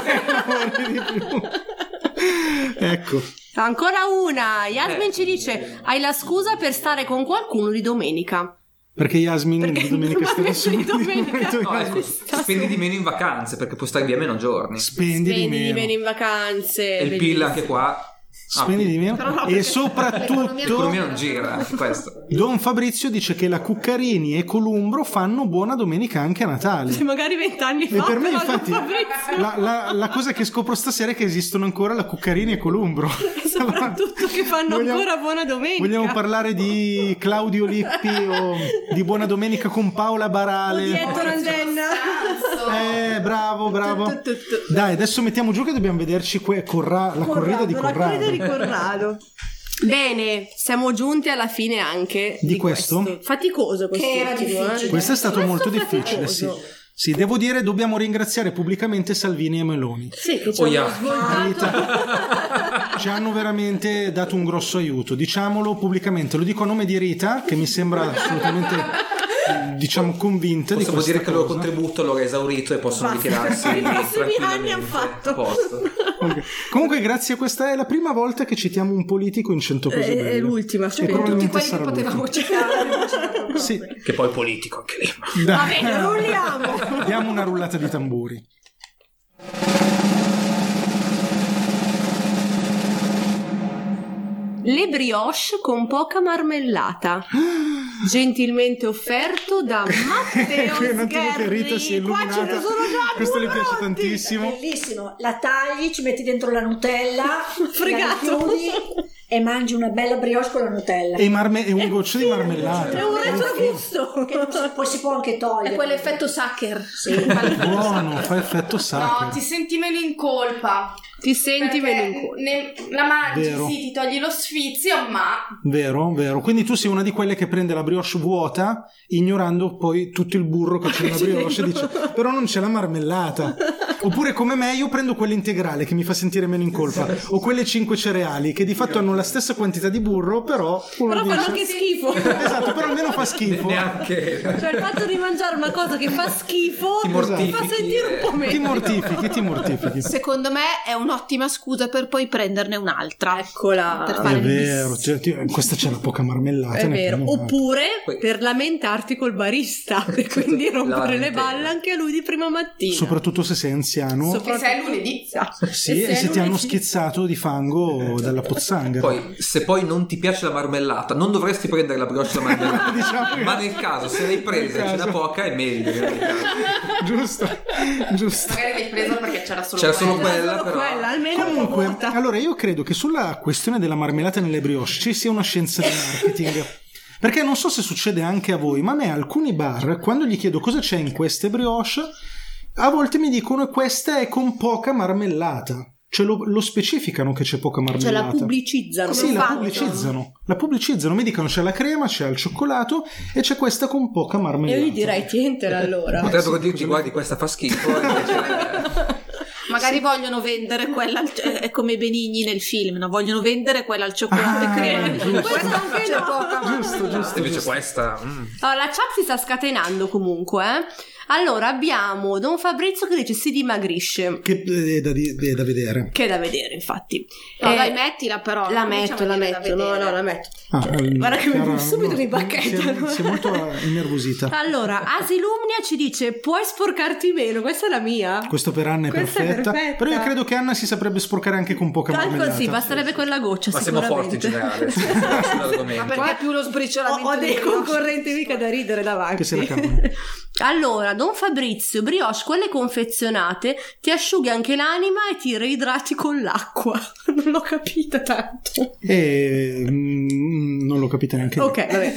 Ecco. Ancora una. Yasmin ci dice: hai la scusa per stare con qualcuno di domenica. Perché Yasmin di domenica normalmente di domenica. no, ecco, spendi di meno in vacanze perché puoi stare via meno giorni. Spendi di Spendi di meno. meno in vacanze. E il PIL anche qua Spendi di meno. Però no, E perché soprattutto l'economia non gira, anche questo. Don Fabrizio dice che la Cuccarini e Columbro fanno buona domenica anche a Natale. Magari 20 anni E fa. per me però infatti Fabrizio. la cosa che scopro stasera è che esistono ancora la Cuccarini e Columbro. Soprattutto che fanno ancora buona domenica. Vogliamo parlare di Claudio Lippi o di Buona Domenica con Paola Barale? O di Ettore Andenna. Bravo. Dai, adesso mettiamo giù che dobbiamo vederci la corrida di La corrida di Corrado. Corrado. Bene, siamo giunti alla fine anche Di questo? Faticoso questo. Che era difficile. Questo è stato molto difficile, sì. faticoso. Sì, devo dire, dobbiamo ringraziare pubblicamente Salvini e Meloni. Sì, che ci Oh, hanno yeah. svoltato. Ci hanno veramente dato un grosso aiuto, diciamolo pubblicamente, lo dico a nome di Rita, che mi sembra assolutamente, diciamo, convinta di Possiamo questa dire che il loro cosa. contributo lo è esaurito e possono ritirarsi I prossimi anni tranquillamente. hanno fatto. A posto. Ok. Comunque, grazie, questa è la prima volta che citiamo un politico in 100 cose belle. È l'ultima, E spero. probabilmente Quelli che sarà potevamo l'ultima. citare. Sì. Che poi è politico anche lì. Va bene, rulliamo. Diamo una rullata di tamburi. Le brioche con poca marmellata. Gentilmente offerto da Matteo Qui un attimo che Rita si è Sgherri. Qua ce illuminata. ne sono già Questo le due piace pronti. tantissimo. Bellissimo, la tagli, ci metti dentro la Nutella, Fregato. la chiudi e mangi una bella brioche con la Nutella. E un goccio di marmellata. È un retrogusto. Che poi si può anche togliere. È quell'effetto sucker. Buono, fa effetto sacro. No, ti senti meno in colpa. Ti senti Perché meno in colpa. la mangi, Vero. sì, ti togli lo sfizio, ma Vero. Quindi tu sei una di quelle che prende la brioche vuota, ignorando poi tutto il burro che c'è nella brioche e dice però non c'è la marmellata. Oppure come me, io prendo quella integrale che mi fa sentire meno in colpa, o quelle 5 cereali che di fatto hanno la stessa quantità di burro, però uno Però fanno dice anche schifo. esatto, però almeno fa schifo. Neanche Cioè il fatto di mangiare una cosa che fa schifo ti ti mortifichi. fa sentire un po' Ti meglio. mortifichi. Secondo me è un'ottima scusa per poi prenderne un'altra. Eccola. Per È fare il vero, bis. cioè, questa c'è la poca marmellata. È ne vero. prendo un'altra. Oppure Poi- per lamentarti col barista e quindi rompere le balle anche a lui di prima mattina. Soprattutto se sei anziano. che sei lunedì. Sì, e se ti hanno schizzato di fango dalla pozzanghera. Poi, se poi non ti piace la marmellata, non dovresti prendere la brioche alla marmellata. Diciamo che- Ma nel caso, se l'hai presa e ce n'è poca, è meglio. giusto. Magari l'hai preso perché c'era solo C'era solo quella. quella, Solo però. quella, almeno un po' Comunque, vuota. allora io credo che sulla questione della marmellata nelle brioche ci sia una scienza di marketing. Perché non so se succede anche a voi, ma a me alcuni bar, quando gli chiedo cosa c'è in queste brioche, a volte mi dicono questa è con poca marmellata. Cioè lo specificano che c'è poca marmellata. Cioè la pubblicizzano. Sì, la pubblicizzano. Mi dicono c'è la crema, c'è il cioccolato e c'è questa con poca marmellata. Io gli direi tientela allora. Potrebbero dirci guardi questa fa schifo. Magari vogliono vendere quella è come Benigni nel film, no? Vogliono vendere quella al cioccolato e crema. Questa anche no. Giusto. Invece questa Allora, la chat si sta scatenando comunque. Allora abbiamo Don Fabrizio che dice si dimagrisce. Che è da vedere. Che è da vedere, infatti. No, dai, mettila però. La metto. No, la metto. Guarda che subito mi bacchettano. Si è molto innervosita. Allora, Asilumnia ci dice puoi sporcarti meno. Questa è la mia. Questo per Anna è perfetta. Però io credo che Anna si saprebbe sporcare anche con poca marmellata. Sì, basterebbe quella goccia. Ma siamo forti in generale. Ma perché più lo sbriciolamento ho dei concorrenti mica da ridere davanti. Che se la cavano. Allora, Don Fabrizio, brioche, quelle confezionate ti asciughi anche l'anima e ti reidrati con l'acqua. Non l'ho capita tanto. Non l'ho capita neanche io. Ok, vabbè.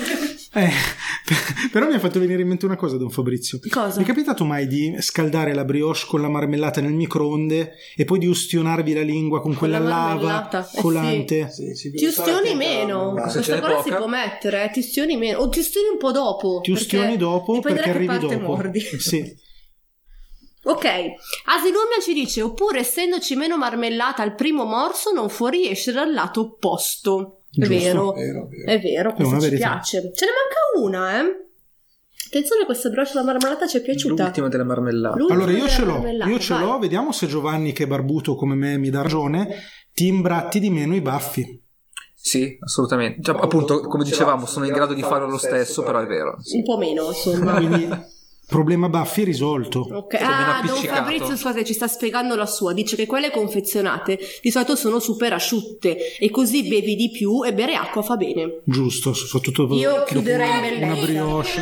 Però mi ha fatto venire in mente una cosa, Don Fabrizio. Cosa? Mi è capitato mai di scaldare la brioche con la marmellata nel microonde e poi di ustionarvi la lingua con quella lava colante? Sì. Ti ustioni meno. Questa cosa si può mettere, ti ustioni meno. O ti ustioni un po' dopo. Ti ustioni dopo perché arrivi dopo. Mordi. Sì. Ok, Asilumia ci dice oppure essendoci meno marmellata al primo morso non fuoriesce dal lato opposto. È vero, questo ci piace. Ce ne manca una, Attenzione, questa brioche alla marmellata ci è piaciuta. L'ultima della marmellata. Allora io ce l'ho, vediamo se Giovanni che è barbuto come me mi dà ragione, ti imbratti di meno i baffi. Sì, assolutamente. Cioè, appunto, come dicevamo, sono in grado di farlo lo stesso, però è vero. Un po' meno, insomma. Quindi problema baffi risolto. Ok. Don Fabrizio, scusate, ci sta spiegando la sua. Dice che quelle confezionate di solito sono super asciutte e così bevi di più e bere acqua fa bene. Giusto, soprattutto io chiuderei in bellezza. Una brioche.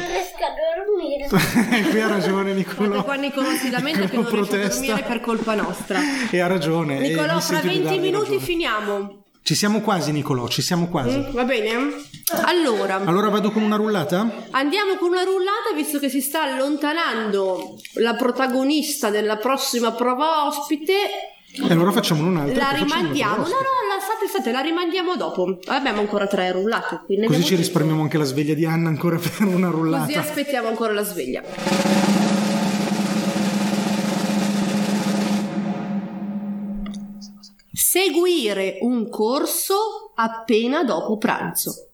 Qui ha ragione Nicolò. Qua Nicolò si lamenta che non riesce a dormire per colpa nostra. E ha ragione. Nicolò, fra 20 minuti finiamo. Ci siamo quasi, Nicolò, ci siamo quasi. Va bene? Allora vado con una rullata? Andiamo con una rullata, visto che si sta allontanando la protagonista della prossima prova ospite. E allora facciamo un'altra. La rimandiamo. State, la rimandiamo dopo. Abbiamo ancora 3 rullate. Così ci risparmiamo anche la sveglia di Anna ancora per una rullata. Così aspettiamo ancora la sveglia. Seguire un corso appena dopo pranzo.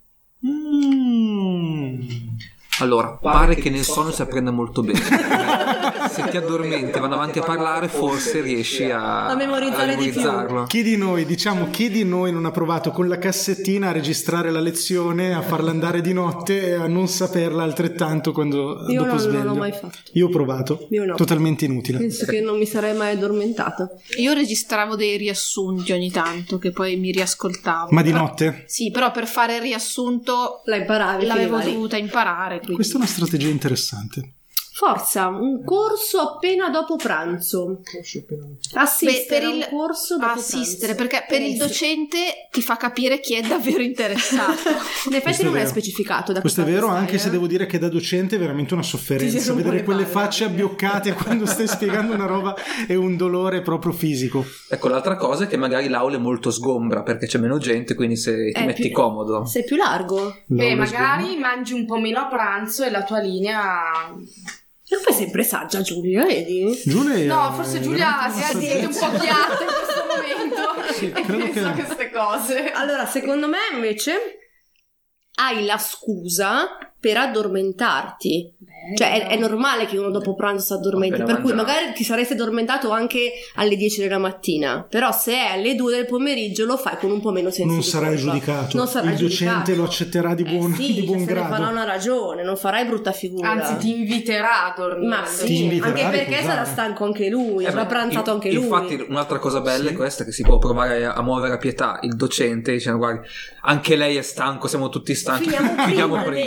Allora, pare che nel sonno si apprenda molto bene. Se ti addormenti e vanno avanti a parlare, forse riesci a memorizzarlo. Chi di noi non ha provato con la cassettina a registrare la lezione, a farla andare di notte e a non saperla altrettanto quando dopo sveglio? Io non l'ho mai fatto. Io ho provato. Io no. Totalmente inutile. Penso che non mi sarei mai addormentata. Io registravo dei riassunti ogni tanto che poi mi riascoltavo. Ma di notte? Sì, però per fare il riassunto l'avevo dovuta imparare. Quindi. Questa è una strategia interessante. Forza, un corso appena dopo pranzo. Assistere a un corso dopo assistere, pranzo. Perché per il docente ti fa capire chi è davvero interessato. In effetti non è specificato da questo è vero, anche se devo dire che da docente è veramente una sofferenza vedere quelle facce abbioccate quando stai spiegando una roba è un dolore proprio fisico. Ecco, l'altra cosa è che magari l'aula è molto sgombra perché c'è meno gente, quindi se ti metti comodo sei più largo. Magari mangi un po' meno a pranzo e la tua linea. Non fai sempre saggia, Giulia, vedi? No, forse Giulia si è un po' piatta in questo momento. Sì, credo che queste cose. Allora, secondo me invece hai la scusa per addormentarti. Cioè è normale che uno dopo pranzo si addormenti, per cui magari ti saresti addormentato anche alle 10 della mattina, però se è alle 2 del pomeriggio lo fai con un po' meno senso. Non sarai giudicato. Il docente lo accetterà di buon grado. Farà una ragione, non farai brutta figura. Anzi, ti inviterà a dormire. Ma sì, anche perché sarà stanco anche lui, avrà pranzato anche lui. Infatti un'altra cosa bella è questa, che si può provare a muovere a pietà il docente dicendo guardi, anche lei è stanco, siamo tutti stanchi, finiamo prima.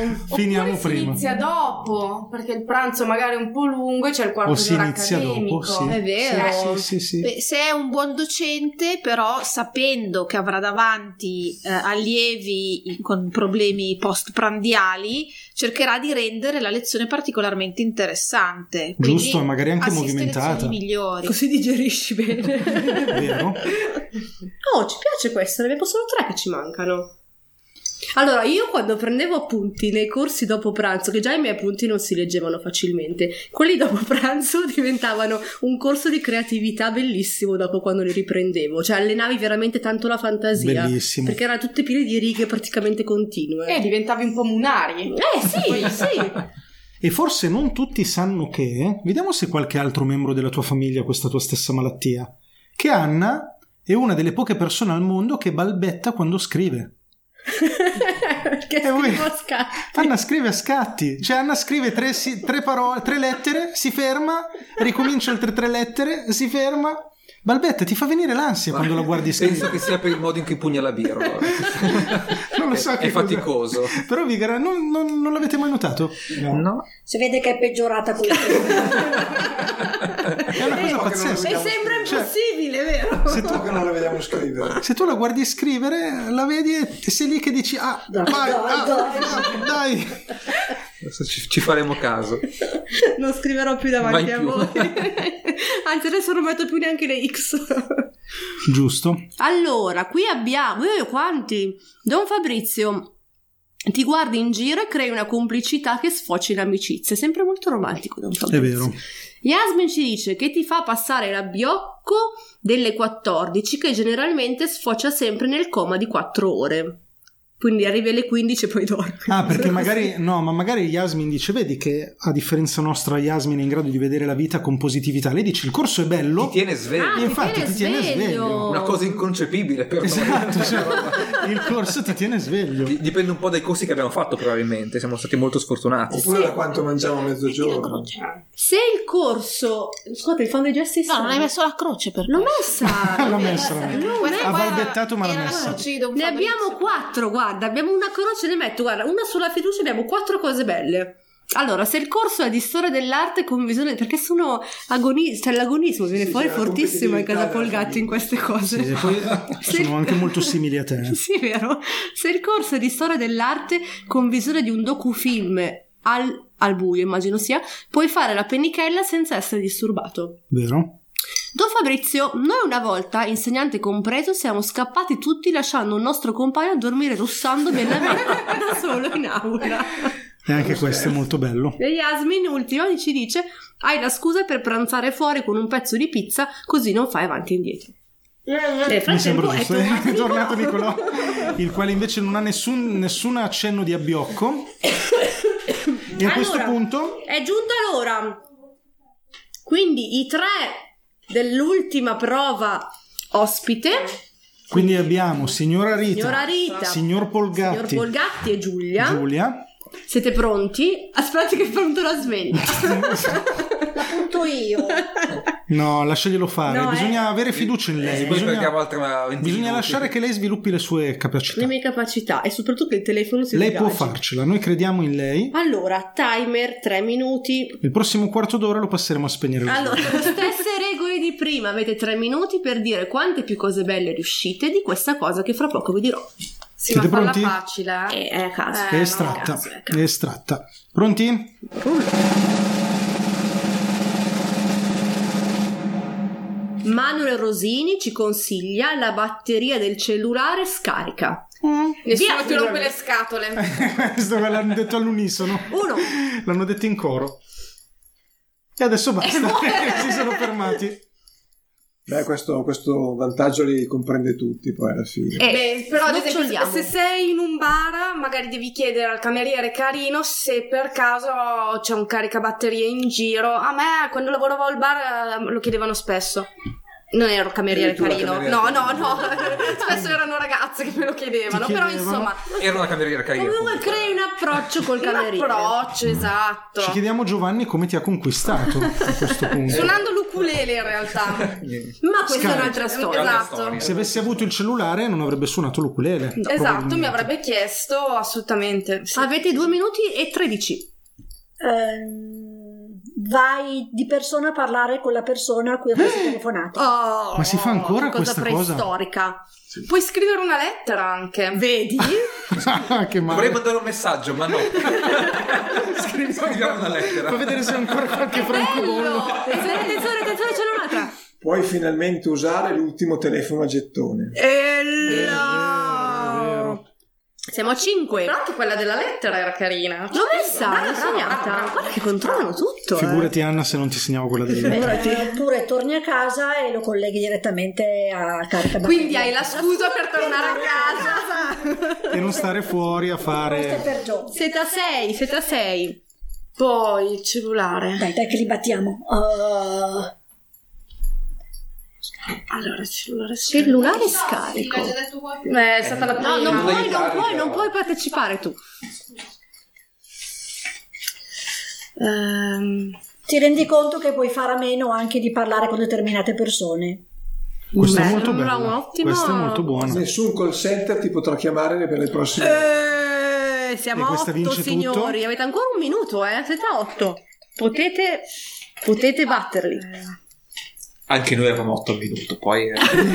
Finiamo si prima. inizia dopo, perché il pranzo magari è un po' lungo e c'è il quarto d'ora accademico. Dopo, sì. È vero. Sì. Beh, se è un buon docente, però sapendo che avrà davanti allievi con problemi postprandiali, cercherà di rendere la lezione particolarmente interessante. Giusto, Quindi magari anche assiste movimentata. lezioni migliori. Così digerisci bene. Vero? Oh, ci piace questo, ne abbiamo solo 3 che ci mancano. Allora, io quando prendevo appunti nei corsi dopo pranzo, che già i miei appunti non si leggevano facilmente, quelli dopo pranzo diventavano un corso di creatività bellissimo dopo quando li riprendevo, cioè allenavi veramente tanto la fantasia. Bellissimo. Perché erano tutte piene di righe praticamente continue. Diventavi un po' Munari. Sì. E forse non tutti sanno che, vediamo se qualche altro membro della tua famiglia ha questa tua stessa malattia, che Anna è una delle poche persone al mondo che balbetta quando scrive. Perché scrivo a scatti. Anna scrive a scatti, cioè Anna scrive 3 lettere, si ferma, ricomincia altre 3 lettere, si ferma, balbetta, ti fa venire l'ansia quando la guardi scrivere. Penso che sia per il modo in cui pugna la birra. Non lo so, è faticoso. Però Vigara, non l'avete mai notato? No. Si vede che è peggiorata quella. È una cosa pazzesca. E sembra impossibile, vero? Se tu che non la vediamo scrivere. Se tu la guardi scrivere, la vedi e sei lì che dici dai. Adesso ci faremo caso. Non scriverò più davanti a voi. Anzi, adesso non metto più neanche le X. Giusto. Allora, qui abbiamo quanti? Don Fabrizio, ti guardi in giro e crei una complicità che sfocia in amicizia. Sempre molto romantico, Don Fabrizio. È vero. Yasmin ci dice che ti fa passare l'abbiocco delle 14, che generalmente sfocia sempre nel coma di 4 ore. Quindi arrivi alle 15 e poi dormi. Perché magari Yasmin dice, vedi che a differenza nostra Yasmin è in grado di vedere la vita con positività. Lei dice il corso è bello, ti tiene sveglio. Infatti ti tiene sveglio. Una cosa inconcepibile per esatto, cioè, il corso ti tiene sveglio. Dipende un po' dai corsi che abbiamo fatto, probabilmente siamo stati molto sfortunati. Oppure da quanto mangiamo a mezzogiorno. Se il corso, scusate, fanno dei gesti no, non hai messo la croce per l'ho messa. L'ho messa. Ha balbettato ma l'ha messa. Ne abbiamo 4, guarda, abbiamo una croce, ne metto, guarda, una sulla fiducia, abbiamo 4 cose belle. Allora, se il corso è di storia dell'arte con visione, perché sono cioè l'agonismo viene fuori fortissimo in casa Polgatti in queste cose. Sì, e poi sono anche molto simili a te. Sì, vero. Se il corso è di storia dell'arte con visione di un docufilm al buio, immagino sia, puoi fare la pennichella senza essere disturbato. Vero? Don Fabrizio, noi una volta, insegnante compreso, siamo scappati tutti lasciando un nostro compagno a dormire russando bellamente da solo in aula. E anche questo è molto bello. E Yasmin, ultima, ci dice: hai la scusa per pranzare fuori con un pezzo di pizza, così non fai avanti e indietro. Mi sembra giusto. È tornato Nicolò, il quale invece non ha nessun accenno di abbiocco. E a questo punto è giunta l'ora. Quindi i 3 dell'ultima prova ospite. Quindi abbiamo signora Rita, signor Polgatti e Giulia. Siete pronti? Aspetti che è pronto la sveglia. L'appunto io. No, lasciaglielo fare. Bisogna avere fiducia in lei. Bisogna lasciare che lei sviluppi le sue capacità. Le mie capacità e soprattutto che il telefono si Lei ingaggi. può farcela, noi crediamo in lei. Allora, timer 3 minuti. Il prossimo quarto d'ora lo passeremo a spegnere. Allora, stesse regole di prima. Avete 3 minuti per dire quante più cose belle riuscite di questa cosa che fra poco vi dirò. Sì, ma pronti? farla facile. È a caso. È estratta. È estratta. Pronti? Manuel Rosini ci consiglia la batteria del cellulare scarica. Nessuno ti rompe le scatole. Questo me l'hanno detto all'unisono. 1. L'hanno detto in coro. E adesso basta. Si sono fermati. Beh, questo vantaggio li comprende tutti poi alla fine. Però ad esempio, se sei in un bar magari devi chiedere al cameriere carino se per caso c'è un caricabatterie in giro. A me quando lavoravo al bar lo chiedevano spesso. Non ero cameriere carino. No. Spesso erano ragazze che me lo chiedevano. Però insomma, era una cameriera carina. Comunque crei un approccio col cameriere. Un approccio, esatto. Ci chiediamo, Giovanni, come ti ha conquistato a questo punto. Suonando Look l'ukulele in realtà. Ma questa è un'altra storia. Esatto. Se avessi avuto il cellulare non avrebbe suonato l'ukulele. Esatto, mi avrebbe chiesto assolutamente. Sì. Avete 2 minuti e 13. Vai di persona a parlare con la persona a cui avete telefonato. Ma si fa ancora cosa questa cosa? preistorica. Puoi scrivere una lettera anche. Vedi? Che male. Dovrei mandare un messaggio, ma no. Scriviamo una lettera. Fa vedere se è ancora qualche francobollo. Attenzione, c'è un'altra. Puoi finalmente usare l'ultimo telefono a gettone. Siamo a 5. Però anche quella della lettera era carina. L'ho messa, l'ho segnata. Guarda che controllano tutto. Figurati Anna se non ti segnavo quella della lettera. Oppure torni a casa e lo colleghi direttamente a carica batteria. Quindi hai la scusa per tornare a casa. E non stare fuori a fare. Questo è per Gio. Siete a 6. Poi il cellulare. Dai che li battiamo. Allora, cellulare scarico. È stata la prima. No, non puoi partecipare tu. Ti rendi conto che puoi fare a meno anche di parlare con determinate persone. Questo è molto bello. Questo è molto buono. Nessun call center ti potrà chiamare per le prossime siamo a 8 signori. Tutto. Avete ancora un minuto, siete a 8. Potete batterli. Anche noi avevamo 8 minuti, poi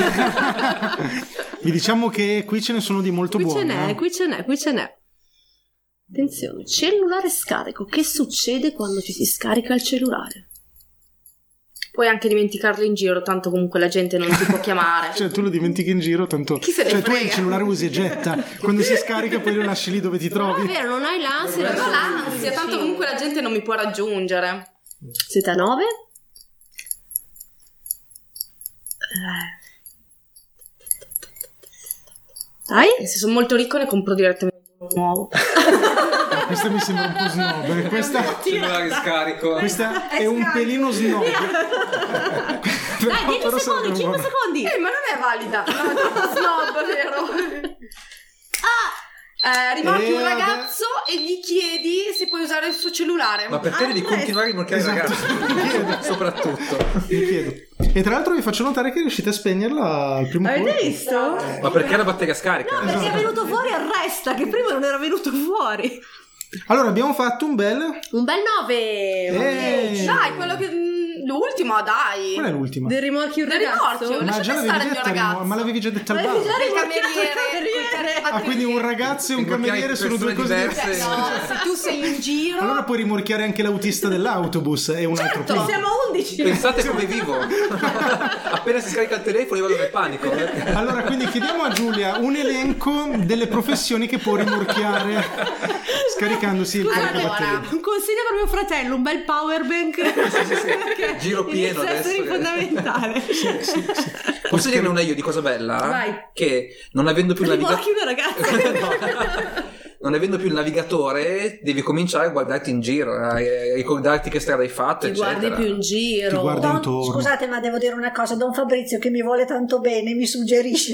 vi diciamo che qui ce ne sono di molto buoni. Qui ce n'è. Attenzione, cellulare scarico. Che succede quando ci si scarica il cellulare? Puoi anche dimenticarlo in giro, tanto comunque la gente non ti può chiamare. Cioè tu lo dimentichi in giro, tanto. Chi se ne frega? Tu hai il cellulare usi e getta. Quando si scarica poi lo lasci lì dove ti trovi. È vero, non hai l'ansia. Non ho l'ansia, tanto comunque la gente non mi può raggiungere. Siete a 9? Dai? Se sono molto ricco ne compro direttamente uno nuovo. Questa mi sembra un po' snob. Questa è un pelino snob. Dai, 10 secondi, 5 secondi. Ma non è valida. No, è troppo snob, vero? Rimorchi un ragazzo e gli chiedi se puoi usare il suo cellulare. Ma perché devi continuare a rimorchiare il ragazzo? Soprattutto. Mi chiedo. E tra l'altro vi faccio notare che riuscite a spegnerla al primo colpo. Avete visto? Ma perché la batteria scarica? No, perché è venuto fuori Arresta, che prima non era venuto fuori. Allora abbiamo fatto un bel 9. Dai, quello che l'ultimo, dai. Qual è l'ultima? Del rimorchi un ragazzo. Ma già l'avevi detta, ma l'avevi già detta al bar. Il cameriere. Quindi un ragazzo e un cameriere sono due cose diverse. No, se tu sei in giro. Allora puoi rimorchiare anche l'autista dell'autobus e un altro punto. Siamo 11. Pensate come vivo. Appena si scarica il telefono io vado nel panico. Allora quindi chiediamo a Giulia un elenco delle professioni che può rimorchiare scaricandosi il caricabatteria. Un consiglio per mio fratello, un bel power bank. Giro pieno adesso. È fondamentale. Sì. Posso dirne una io di cosa bella? Vai. Che non avendo più non avendo più il navigatore devi cominciare a guardarti in giro, a ricordarti che strada hai fatto, ti eccetera. Guardi più in giro. Ti guardi intorno. Scusate, ma devo dire una cosa. Don Fabrizio, che mi vuole tanto bene, mi suggerisce.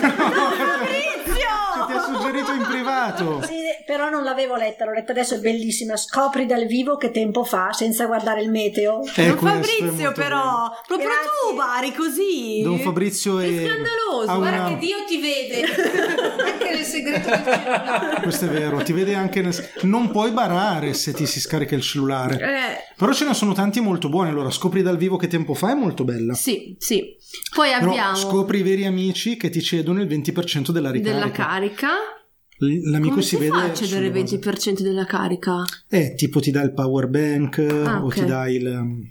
Ti ha suggerito in privato. Sì, però non l'avevo letta, l'ho letta adesso, è bellissima. Scopri dal vivo che tempo fa senza guardare il meteo. Don Fabrizio però proprio tu Bari così. Don Fabrizio è scandaloso. Guarda che Dio ti vede anche nel segreto del cellulare. Questo è vero, ti vede anche non puoi barare se ti si scarica il cellulare. Però ce ne sono tanti molto buoni. Allora scopri dal vivo che tempo fa è molto bella. Sì. Poi però abbiamo scopri i veri amici che ti cedono il 20% della ricarica. L'amico come si vede fa a cedere il 20% della carica? Tipo ti dà il power bank o ti dà il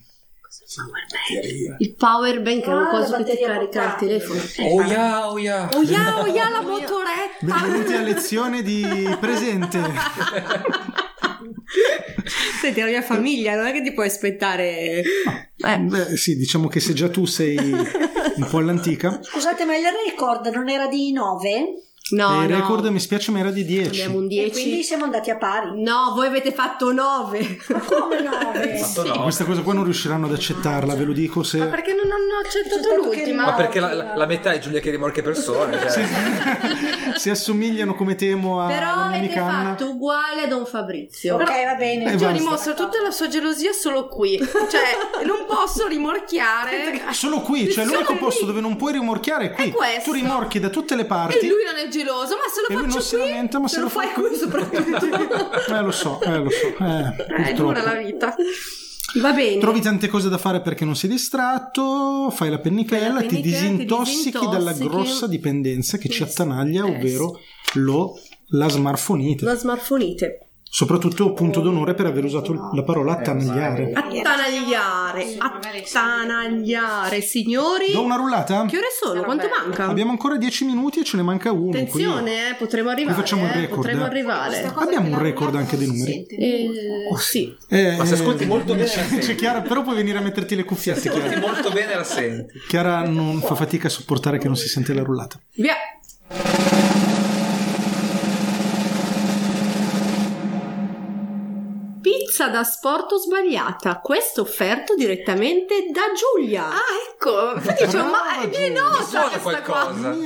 power bank è una cosa che ti carica il telefono. Oia la motoretta. Benvenuti a lezione di presente. Senti, la mia famiglia non è che ti puoi aspettare. Sì, diciamo che se già tu sei un po' all'antica. Scusate, ma il record non era di 9? No, il record mi spiace ma era di 10. Abbiamo un 10. E quindi siamo andati a pari. No, voi avete fatto 9. Come 9? Fatto no. Questa cosa qua non riusciranno ad accettarla, ve lo dico. Se... Ma perché non hanno accettato l'ultima? Ma perché la metà è Giulia che rimorchia persone. Cioè. Si assomigliano come temo a Però alla mia avete amica Anna. fatto uguale a Don Fabrizio. Ok, va bene. Già dimostra tutta la sua gelosia solo qui. Cioè, non posso rimorchiare. Solo qui, cioè l'unico posto dove non puoi rimorchiare è qui. È questo. Tu rimorchi da tutte le parti. E lui non è geloso, ma se lo E lui faccio non si qui, lamenta, ma se lo fai fa qui soprattutto. Lo so. è Purtroppo. dura la vita. Va bene. Trovi tante cose da fare perché non sei distratto, fai la pennichella, ti disintossichi dalla grossa dipendenza che ci attanaglia, ovvero la smartphonite. La smartphonite. Soprattutto punto d'onore per aver usato la parola attanagliare. Attanagliare, signori. Do una rullata? Che ore sono? Quanto manca? Abbiamo ancora 10 minuti e ce ne manca uno. Attenzione, potremo arrivare. Qui facciamo un record. Potremo arrivare. Abbiamo un record anche dei numeri. Sì. Ma se ascolti molto bene C'è Chiara, però puoi venire a metterti le cuffiette. ascolti molto bene la senti. Chiara non fa fatica a sopportare che non si sente la rullata. Via. Pizza da sporto sbagliata. Questo offerto direttamente da Giulia. Ah, ecco. Infatti dicevo, ma è nota Suona questa qua. qualcosa.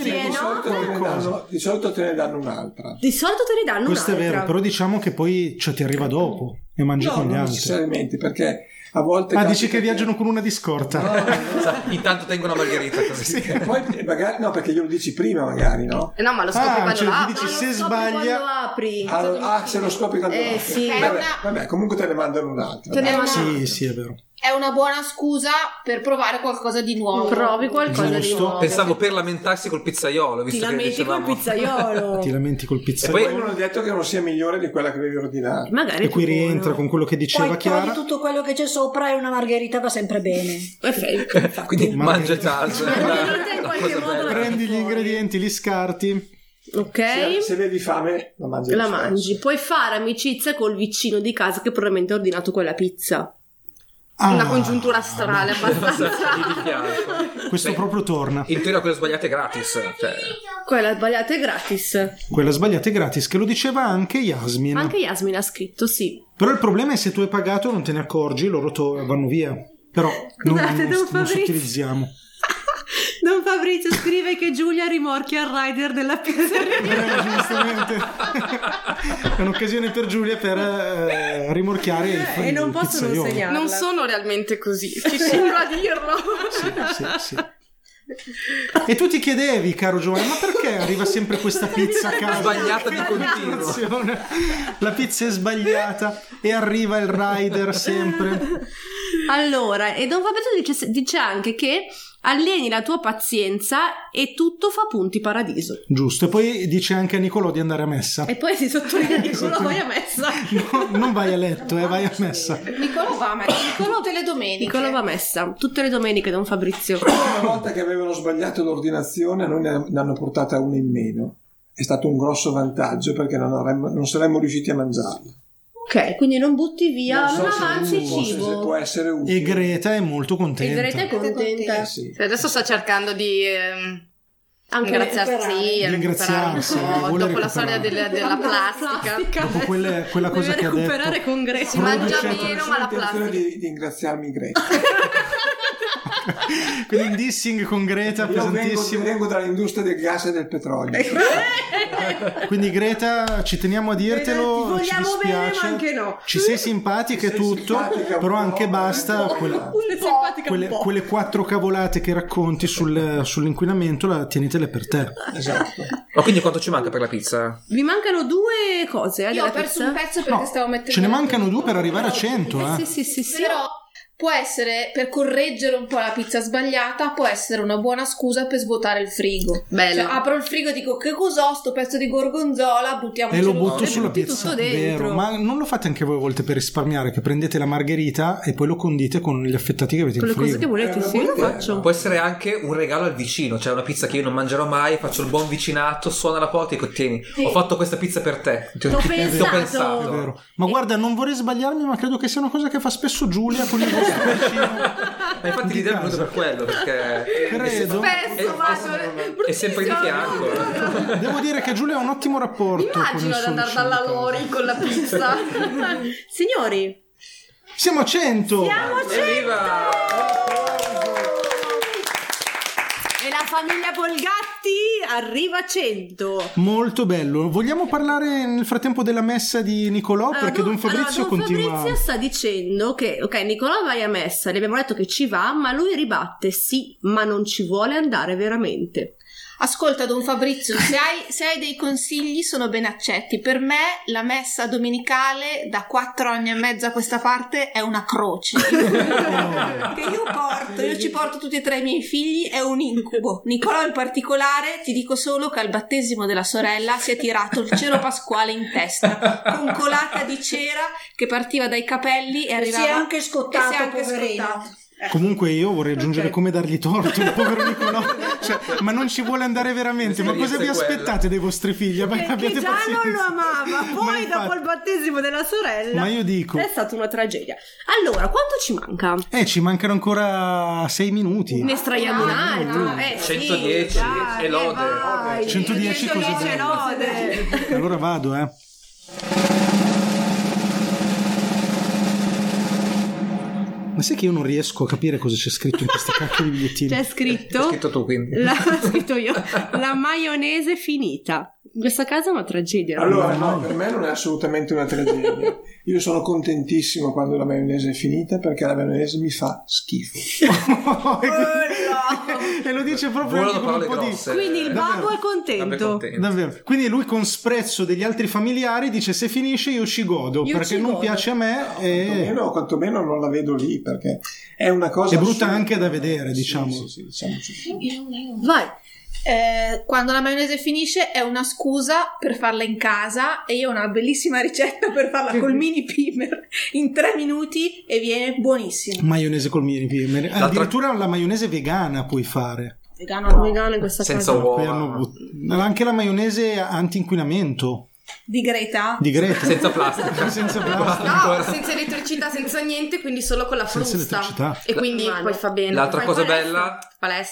Di solito te ne danno un'altra. Di solito te ne danno Questo un'altra. è vero, però diciamo che poi ti arriva dopo e mangi No, con gli non altri. necessariamente, perché a volte Dici che viaggiano con una di scorta. Intanto tengo una margherita così. E poi magari no, perché glielo dici prima magari, no? No, ma lo scopri quando cioè, la gli apri. dici se Quando sbaglia. apri. Se lo scopri quando apri. sì. Vabbè, comunque te ne mandano un'altra. Te ne dai. mandano- Sì, è vero. È una buona scusa per provare qualcosa di nuovo. Provi qualcosa di Giusto. nuovo. Pensavo per lamentarsi col pizzaiolo, Ti visto che lamenti col dicevamo. pizzaiolo. Ti lamenti col E pizzaiolo. poi non è detto che non sia migliore di quella che avevi ordinato. Magari E qui più buono. rientra con quello che diceva Poi Chiara. togli tutto quello che c'è sopra e una margherita va sempre bene. Perfetto. Quindi Ma- mangia e taglio. in qualche modo la Prendi gli fuori. ingredienti, li scarti. Ok. Se avevi fame, la mangi. La lo stesso. mangi. Puoi fare amicizia col vicino di casa che probabilmente ha ordinato quella pizza. Una congiuntura astrale abbastanza. Mi piace. Questo Beh, proprio torna. In teoria quelle sbagliate è gratis. Cioè. Quella sbagliata è gratis. Quella sbagliata è gratis, che lo diceva anche Yasmin. Anche Yasmin ha scritto, sì. Però il problema è se tu hai pagato non te ne accorgi, loro vanno via. Però non sottilizziamo. Don Fabrizio scrive che Giulia rimorchia il rider della pizzeria. Giustamente. È un'occasione per Giulia per rimorchiare E non il posso non pizzaiolo. segnarla. Non sono realmente così, ci tengo a dirlo. Sì. E tu ti chiedevi, caro Giovanni, ma perché arriva sempre questa pizza a casa? Sbagliata di continuo. La pizza è sbagliata e arriva il rider sempre. Allora, e Don Fabrizio dice anche che alleni la tua pazienza e tutto fa punti paradiso. Giusto, e poi dice anche a Nicolò di andare a messa. E poi si sottolinea che solo vai a messa. No, non vai a letto, vai a messa. Nicolò va a messa tutte le domeniche. Nicolò va a messa tutte le domeniche, Don Fabrizio. Una volta che avevano sbagliato l'ordinazione, a noi ne hanno portata una in meno. È stato un grosso vantaggio perché non saremmo riusciti a mangiarla. Ok, quindi non butti via, non se avanzi può cibo. essere utile. E Greta è molto E contenta. Greta è contenta. Sì. Adesso sta cercando di Anche ringraziarsi, ringraziarsi, dopo vuole la storia della plastica. Dopo quella cosa Deve che ha recuperare detto. con Greta. Si mangia Produce- meno, ma la Intenzione plastica. di ringraziarmi Greta. Quindi in dissing con Greta, Io pesantissimo. vengo dall'industria del gas e del petrolio. Quindi Greta, ci teniamo a dirtelo, Ti ci vogliamo bene, dispiace. ma anche no. Ci sei simpatica e Sei tutto, simpatica un però po', anche basta. Una simpatica un po'. Quelle 4 cavolate che racconti sull'inquinamento, tienitele per te. Esatto. Ma quindi quanto ci manca per la pizza? Vi mancano 2 cose, Io della ho perso pizza? un pezzo perché stavo mettendo. Ce ne mancano 2 per arrivare a 100. Sì. Però può essere, per correggere un po' la pizza sbagliata, può essere una buona scusa per svuotare il frigo. Bello. Cioè, apro il frigo e dico che cos'ho sto pezzo di gorgonzola, buttiamoci E lo butto sulla butti pizza, tutto dentro. vero? Ma non lo fate anche voi a volte per risparmiare, che prendete la margherita e poi lo condite con gli affettati che avete Con in le cose che frigo. volete, sì, lo faccio. Può essere anche un regalo al vicino, cioè una pizza che io non mangerò mai, faccio il buon vicinato, suona la porta e dico tieni, ho fatto questa pizza per te. T'ho pensato. È vero. Ma guarda, non vorrei sbagliarmi, ma credo che sia una cosa che fa spesso Giulia con i vostri Ma infatti l'idea è venuta per quello, perché credo è sempre di fianco. Devo dire che Giulia ha un ottimo rapporto. Immagino ad andare dalla Lori con la pizza. Signori, siamo a 100. Evviva! e la famiglia Polgatti arriva a 100. Molto bello. Vogliamo parlare nel frattempo della messa di Nicolò? Perché Don Fabrizio continua. Fabrizio sta dicendo che ok, Nicolò vai a messa, le abbiamo detto che ci va, ma lui ribatte sì, ma non ci vuole andare veramente. Ascolta Don Fabrizio, se hai dei consigli sono ben accetti. Per me la messa domenicale da 4 anni e mezzo a questa parte è una croce che io ci porto tutti e 3 i miei figli, è un incubo. Nicolò in particolare, ti dico solo che al battesimo della sorella si è tirato il cero pasquale in testa con colata di cera che partiva dai capelli e arrivava, si è anche scottato, poverino. Comunque io vorrei aggiungere come dargli torto il povero Nicolò, cioè, ma non ci vuole andare veramente, ma cosa vi aspettate dai vostri figli? Perché già pazienza. Non lo amava, poi dopo il battesimo della sorella, ma io dico, è stata una tragedia. Allora, quanto ci manca? Ci mancano ancora 6 minuti. Ne estraiamo un altro. 110 sì, e lode. 110 cose belle. Allora vado, Ma sai che io non riesco a capire cosa c'è scritto in queste cacchio di bigliettini? C'è scritto? L'hai scritto tu, quindi. L'ho scritto io. La maionese finita. In questa casa è una tragedia. Allora, no, per me non è assolutamente una tragedia. Io sono contentissimo quando la maionese è finita, perché la maionese mi fa schifo. E lo dice proprio anche con un po' grosse. Quindi il babbo è contento. Davvero. Quindi lui con sprezzo degli altri familiari dice: se finisce io ci godo, perché non piace a me. Quantomeno non la vedo lì, perché è una cosa è brutta anche da vedere, diciamo. Sì, diciamoci. Vai. Quando la maionese finisce è una scusa per farla in casa, e io ho una bellissima ricetta per farla col mini pimer in 3 minuti e viene buonissima. Maionese col mini pimer. Addirittura la maionese vegana puoi fare. Vegano in questa senza casa. uova. Anche la maionese anti-inquinamento. Di Greta. Senza plastica. No, senza elettricità, senza niente, quindi solo con la frusta. E quindi poi fa bene. L'altra cosa bella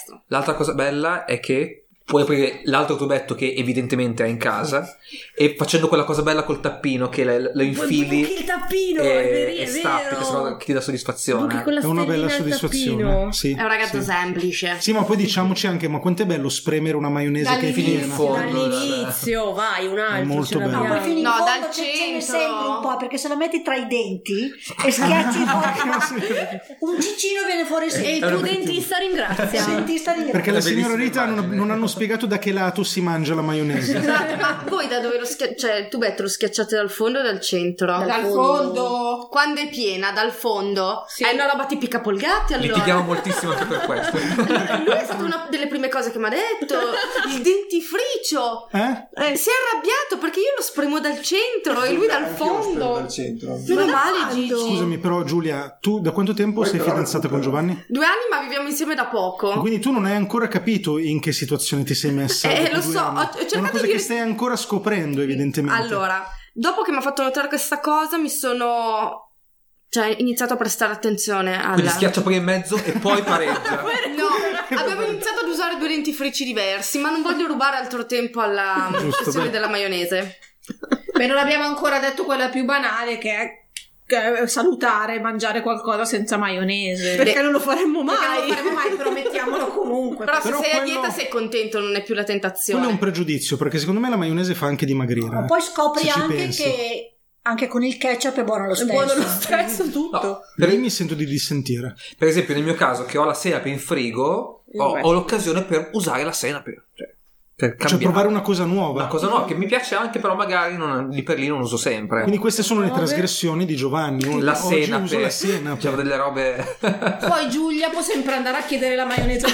è che puoi aprire l'altro tubetto che evidentemente hai in casa e facendo quella cosa bella col tappino che lo infili il tappino e stappi, che ti dà soddisfazione. È una bella soddisfazione, sì, è un ragazzo semplice. Sì, ma poi diciamoci anche, ma quanto è bello spremere una maionese che è finita in fondo. Dall'inizio, vai, un altro. È molto bello. No, fino in fondo dal ce ne centro. sembra un po', perché se la metti tra i denti e schiacci un ciccino viene fuori e il tuo dentista ringrazia. Perché la signora Rita non hanno spiegato da che lato si mangia la maionese. Ma voi da dove cioè il tubetto lo schiacciate dal fondo o dal centro? Dal fondo. Quando è piena, dal fondo. Sì. È una roba tipica Polgatti, allora. Litighiamo moltissimo anche per questo. Lui è stata una delle prime cose che mi ha detto. Il dentifricio. Si è arrabbiato perché io lo spremo dal centro e lui dal fondo. Dal centro. Meno male, Gigi. Scusami, però Giulia, tu da quanto tempo sei fidanzata con Giovanni? 2 anni, ma viviamo insieme da poco. Quindi tu non hai ancora capito in che situazione ti sei messa. Lo so, ho cercato è una cosa che stai ancora scoprendo, evidentemente. Allora, dopo che mi ha fatto notare questa cosa, mi sono iniziato a prestare attenzione alla... Quindi schiaccia poi in mezzo e poi pareggia. No, abbiamo iniziato ad usare 2 dentifrici diversi, ma non voglio rubare altro tempo alla questione della maionese. Beh, non abbiamo ancora detto quella più banale, che è salutare, mangiare qualcosa senza maionese, perché non lo faremmo mai, però mettiamolo comunque. Però se sei a dieta sei contento, non è più la tentazione. Quello è un pregiudizio, perché secondo me la maionese fa anche dimagrire. Ma poi scopri anche che anche con il ketchup è buono lo stesso. È buono lo stesso tutto. No, per me mi sento di dissentire. Per esempio nel mio caso, che ho la senape in frigo, ho l'occasione per usare la senape, per provare una cosa nuova che mi piace anche, però magari lì per lì non uso sempre. Quindi queste sono le trasgressioni di Giovanni. La senape, uso la senape. C'è delle robe. Poi Giulia può sempre andare a chiedere la maionese.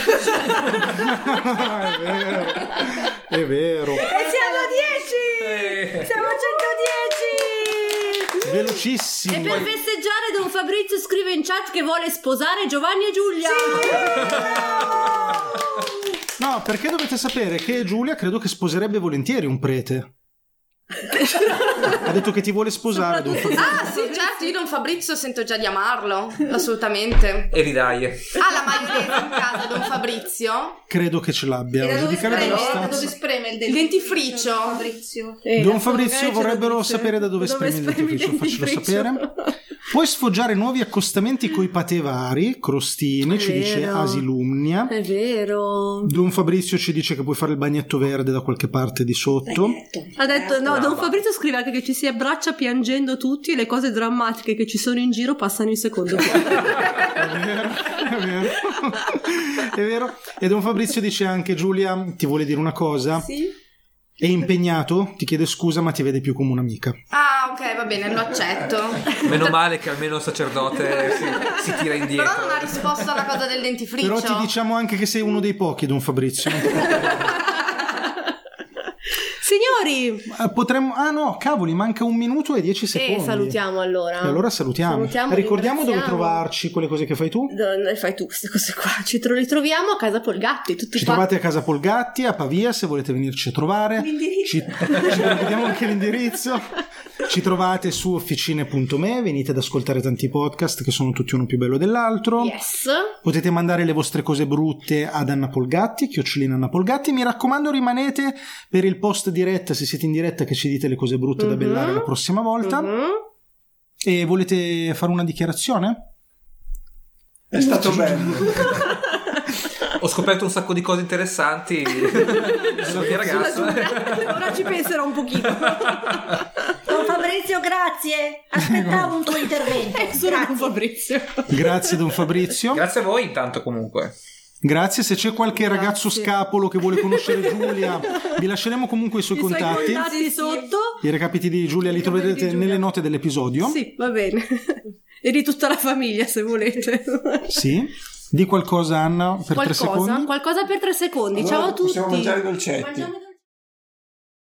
È vero. E siamo a 10. Siamo a 110. Velocissimo. E per festeggiare Don Fabrizio scrive in chat che vuole sposare Giovanni e Giulia. No, perché dovete sapere che Giulia credo che sposerebbe volentieri un prete. Ha detto che ti vuole sposare, Don Fabrizio. Ah sì, certo, io Don Fabrizio sento già di amarlo, assolutamente. E ridai. La maionese in casa, Don Fabrizio? Credo che ce l'abbia. Da dove Dove spreme il dentifricio? Fabrizio. Don Fabrizio vorrebbero sapere da dove spremi il dentifricio. Faccelo sapere. Puoi sfoggiare nuovi accostamenti coi patè vari, crostini, ci dice Asilumnia. È vero. Don Fabrizio ci dice che puoi fare il bagnetto verde da qualche parte di sotto. Ha detto no, Don Fabrizio scrive anche che ci si abbraccia piangendo tutti e le cose drammatiche che ci sono in giro passano in secondo piano. È vero. E Don Fabrizio dice anche: Giulia ti vuole dire una cosa. Sì. È impegnato, ti chiede scusa ma ti vede più come un'amica. Ah ok, va bene, lo accetto. Meno male che almeno il sacerdote si tira indietro. Però non ha risposto alla cosa del dentifricio. Però ti diciamo anche che sei uno dei pochi, Don Fabrizio. Signori, potremmo... Ah no, cavoli, manca 1 minuto e 10 secondi. Salutiamo allora. E allora salutiamo. Ricordiamo dove trovarci, quelle cose che fai tu. Fai tu queste cose qua. Ci ritroviamo a casa Polgatti. Ci trovate a casa Polgatti, a Pavia, se volete venirci a trovare. L'indirizzo. Ci vediamo anche l'indirizzo. Ci trovate su officine.me, venite ad ascoltare tanti podcast che sono tutti uno più bello dell'altro. Yes. Potete mandare le vostre cose brutte ad Anna Polgatti, @ Anna Polgatti. Mi raccomando, rimanete per il post diretta, se siete in diretta, che ci dite le cose brutte da bellare la prossima volta. E volete fare una dichiarazione? È stato bello. Ho scoperto un sacco di cose interessanti sulla mia ragazza. Ora ci penserò un pochino. Don Fabrizio, grazie. Aspettavo un tuo intervento. Solo Don Fabrizio. Grazie Don Fabrizio. Grazie a voi intanto comunque. Grazie, se c'è qualche ragazzo scapolo che vuole conoscere Giulia, vi lasceremo comunque i suoi contatti sotto. I recapiti di Giulia li troverete nelle note dell'episodio. Sì, va bene. E di tutta la famiglia, se volete. Sì. Di qualcosa, Anna, per 3 secondi. Qualcosa per 3 secondi. Allora, ciao a tutti. Possiamo mangiare i dolcetti.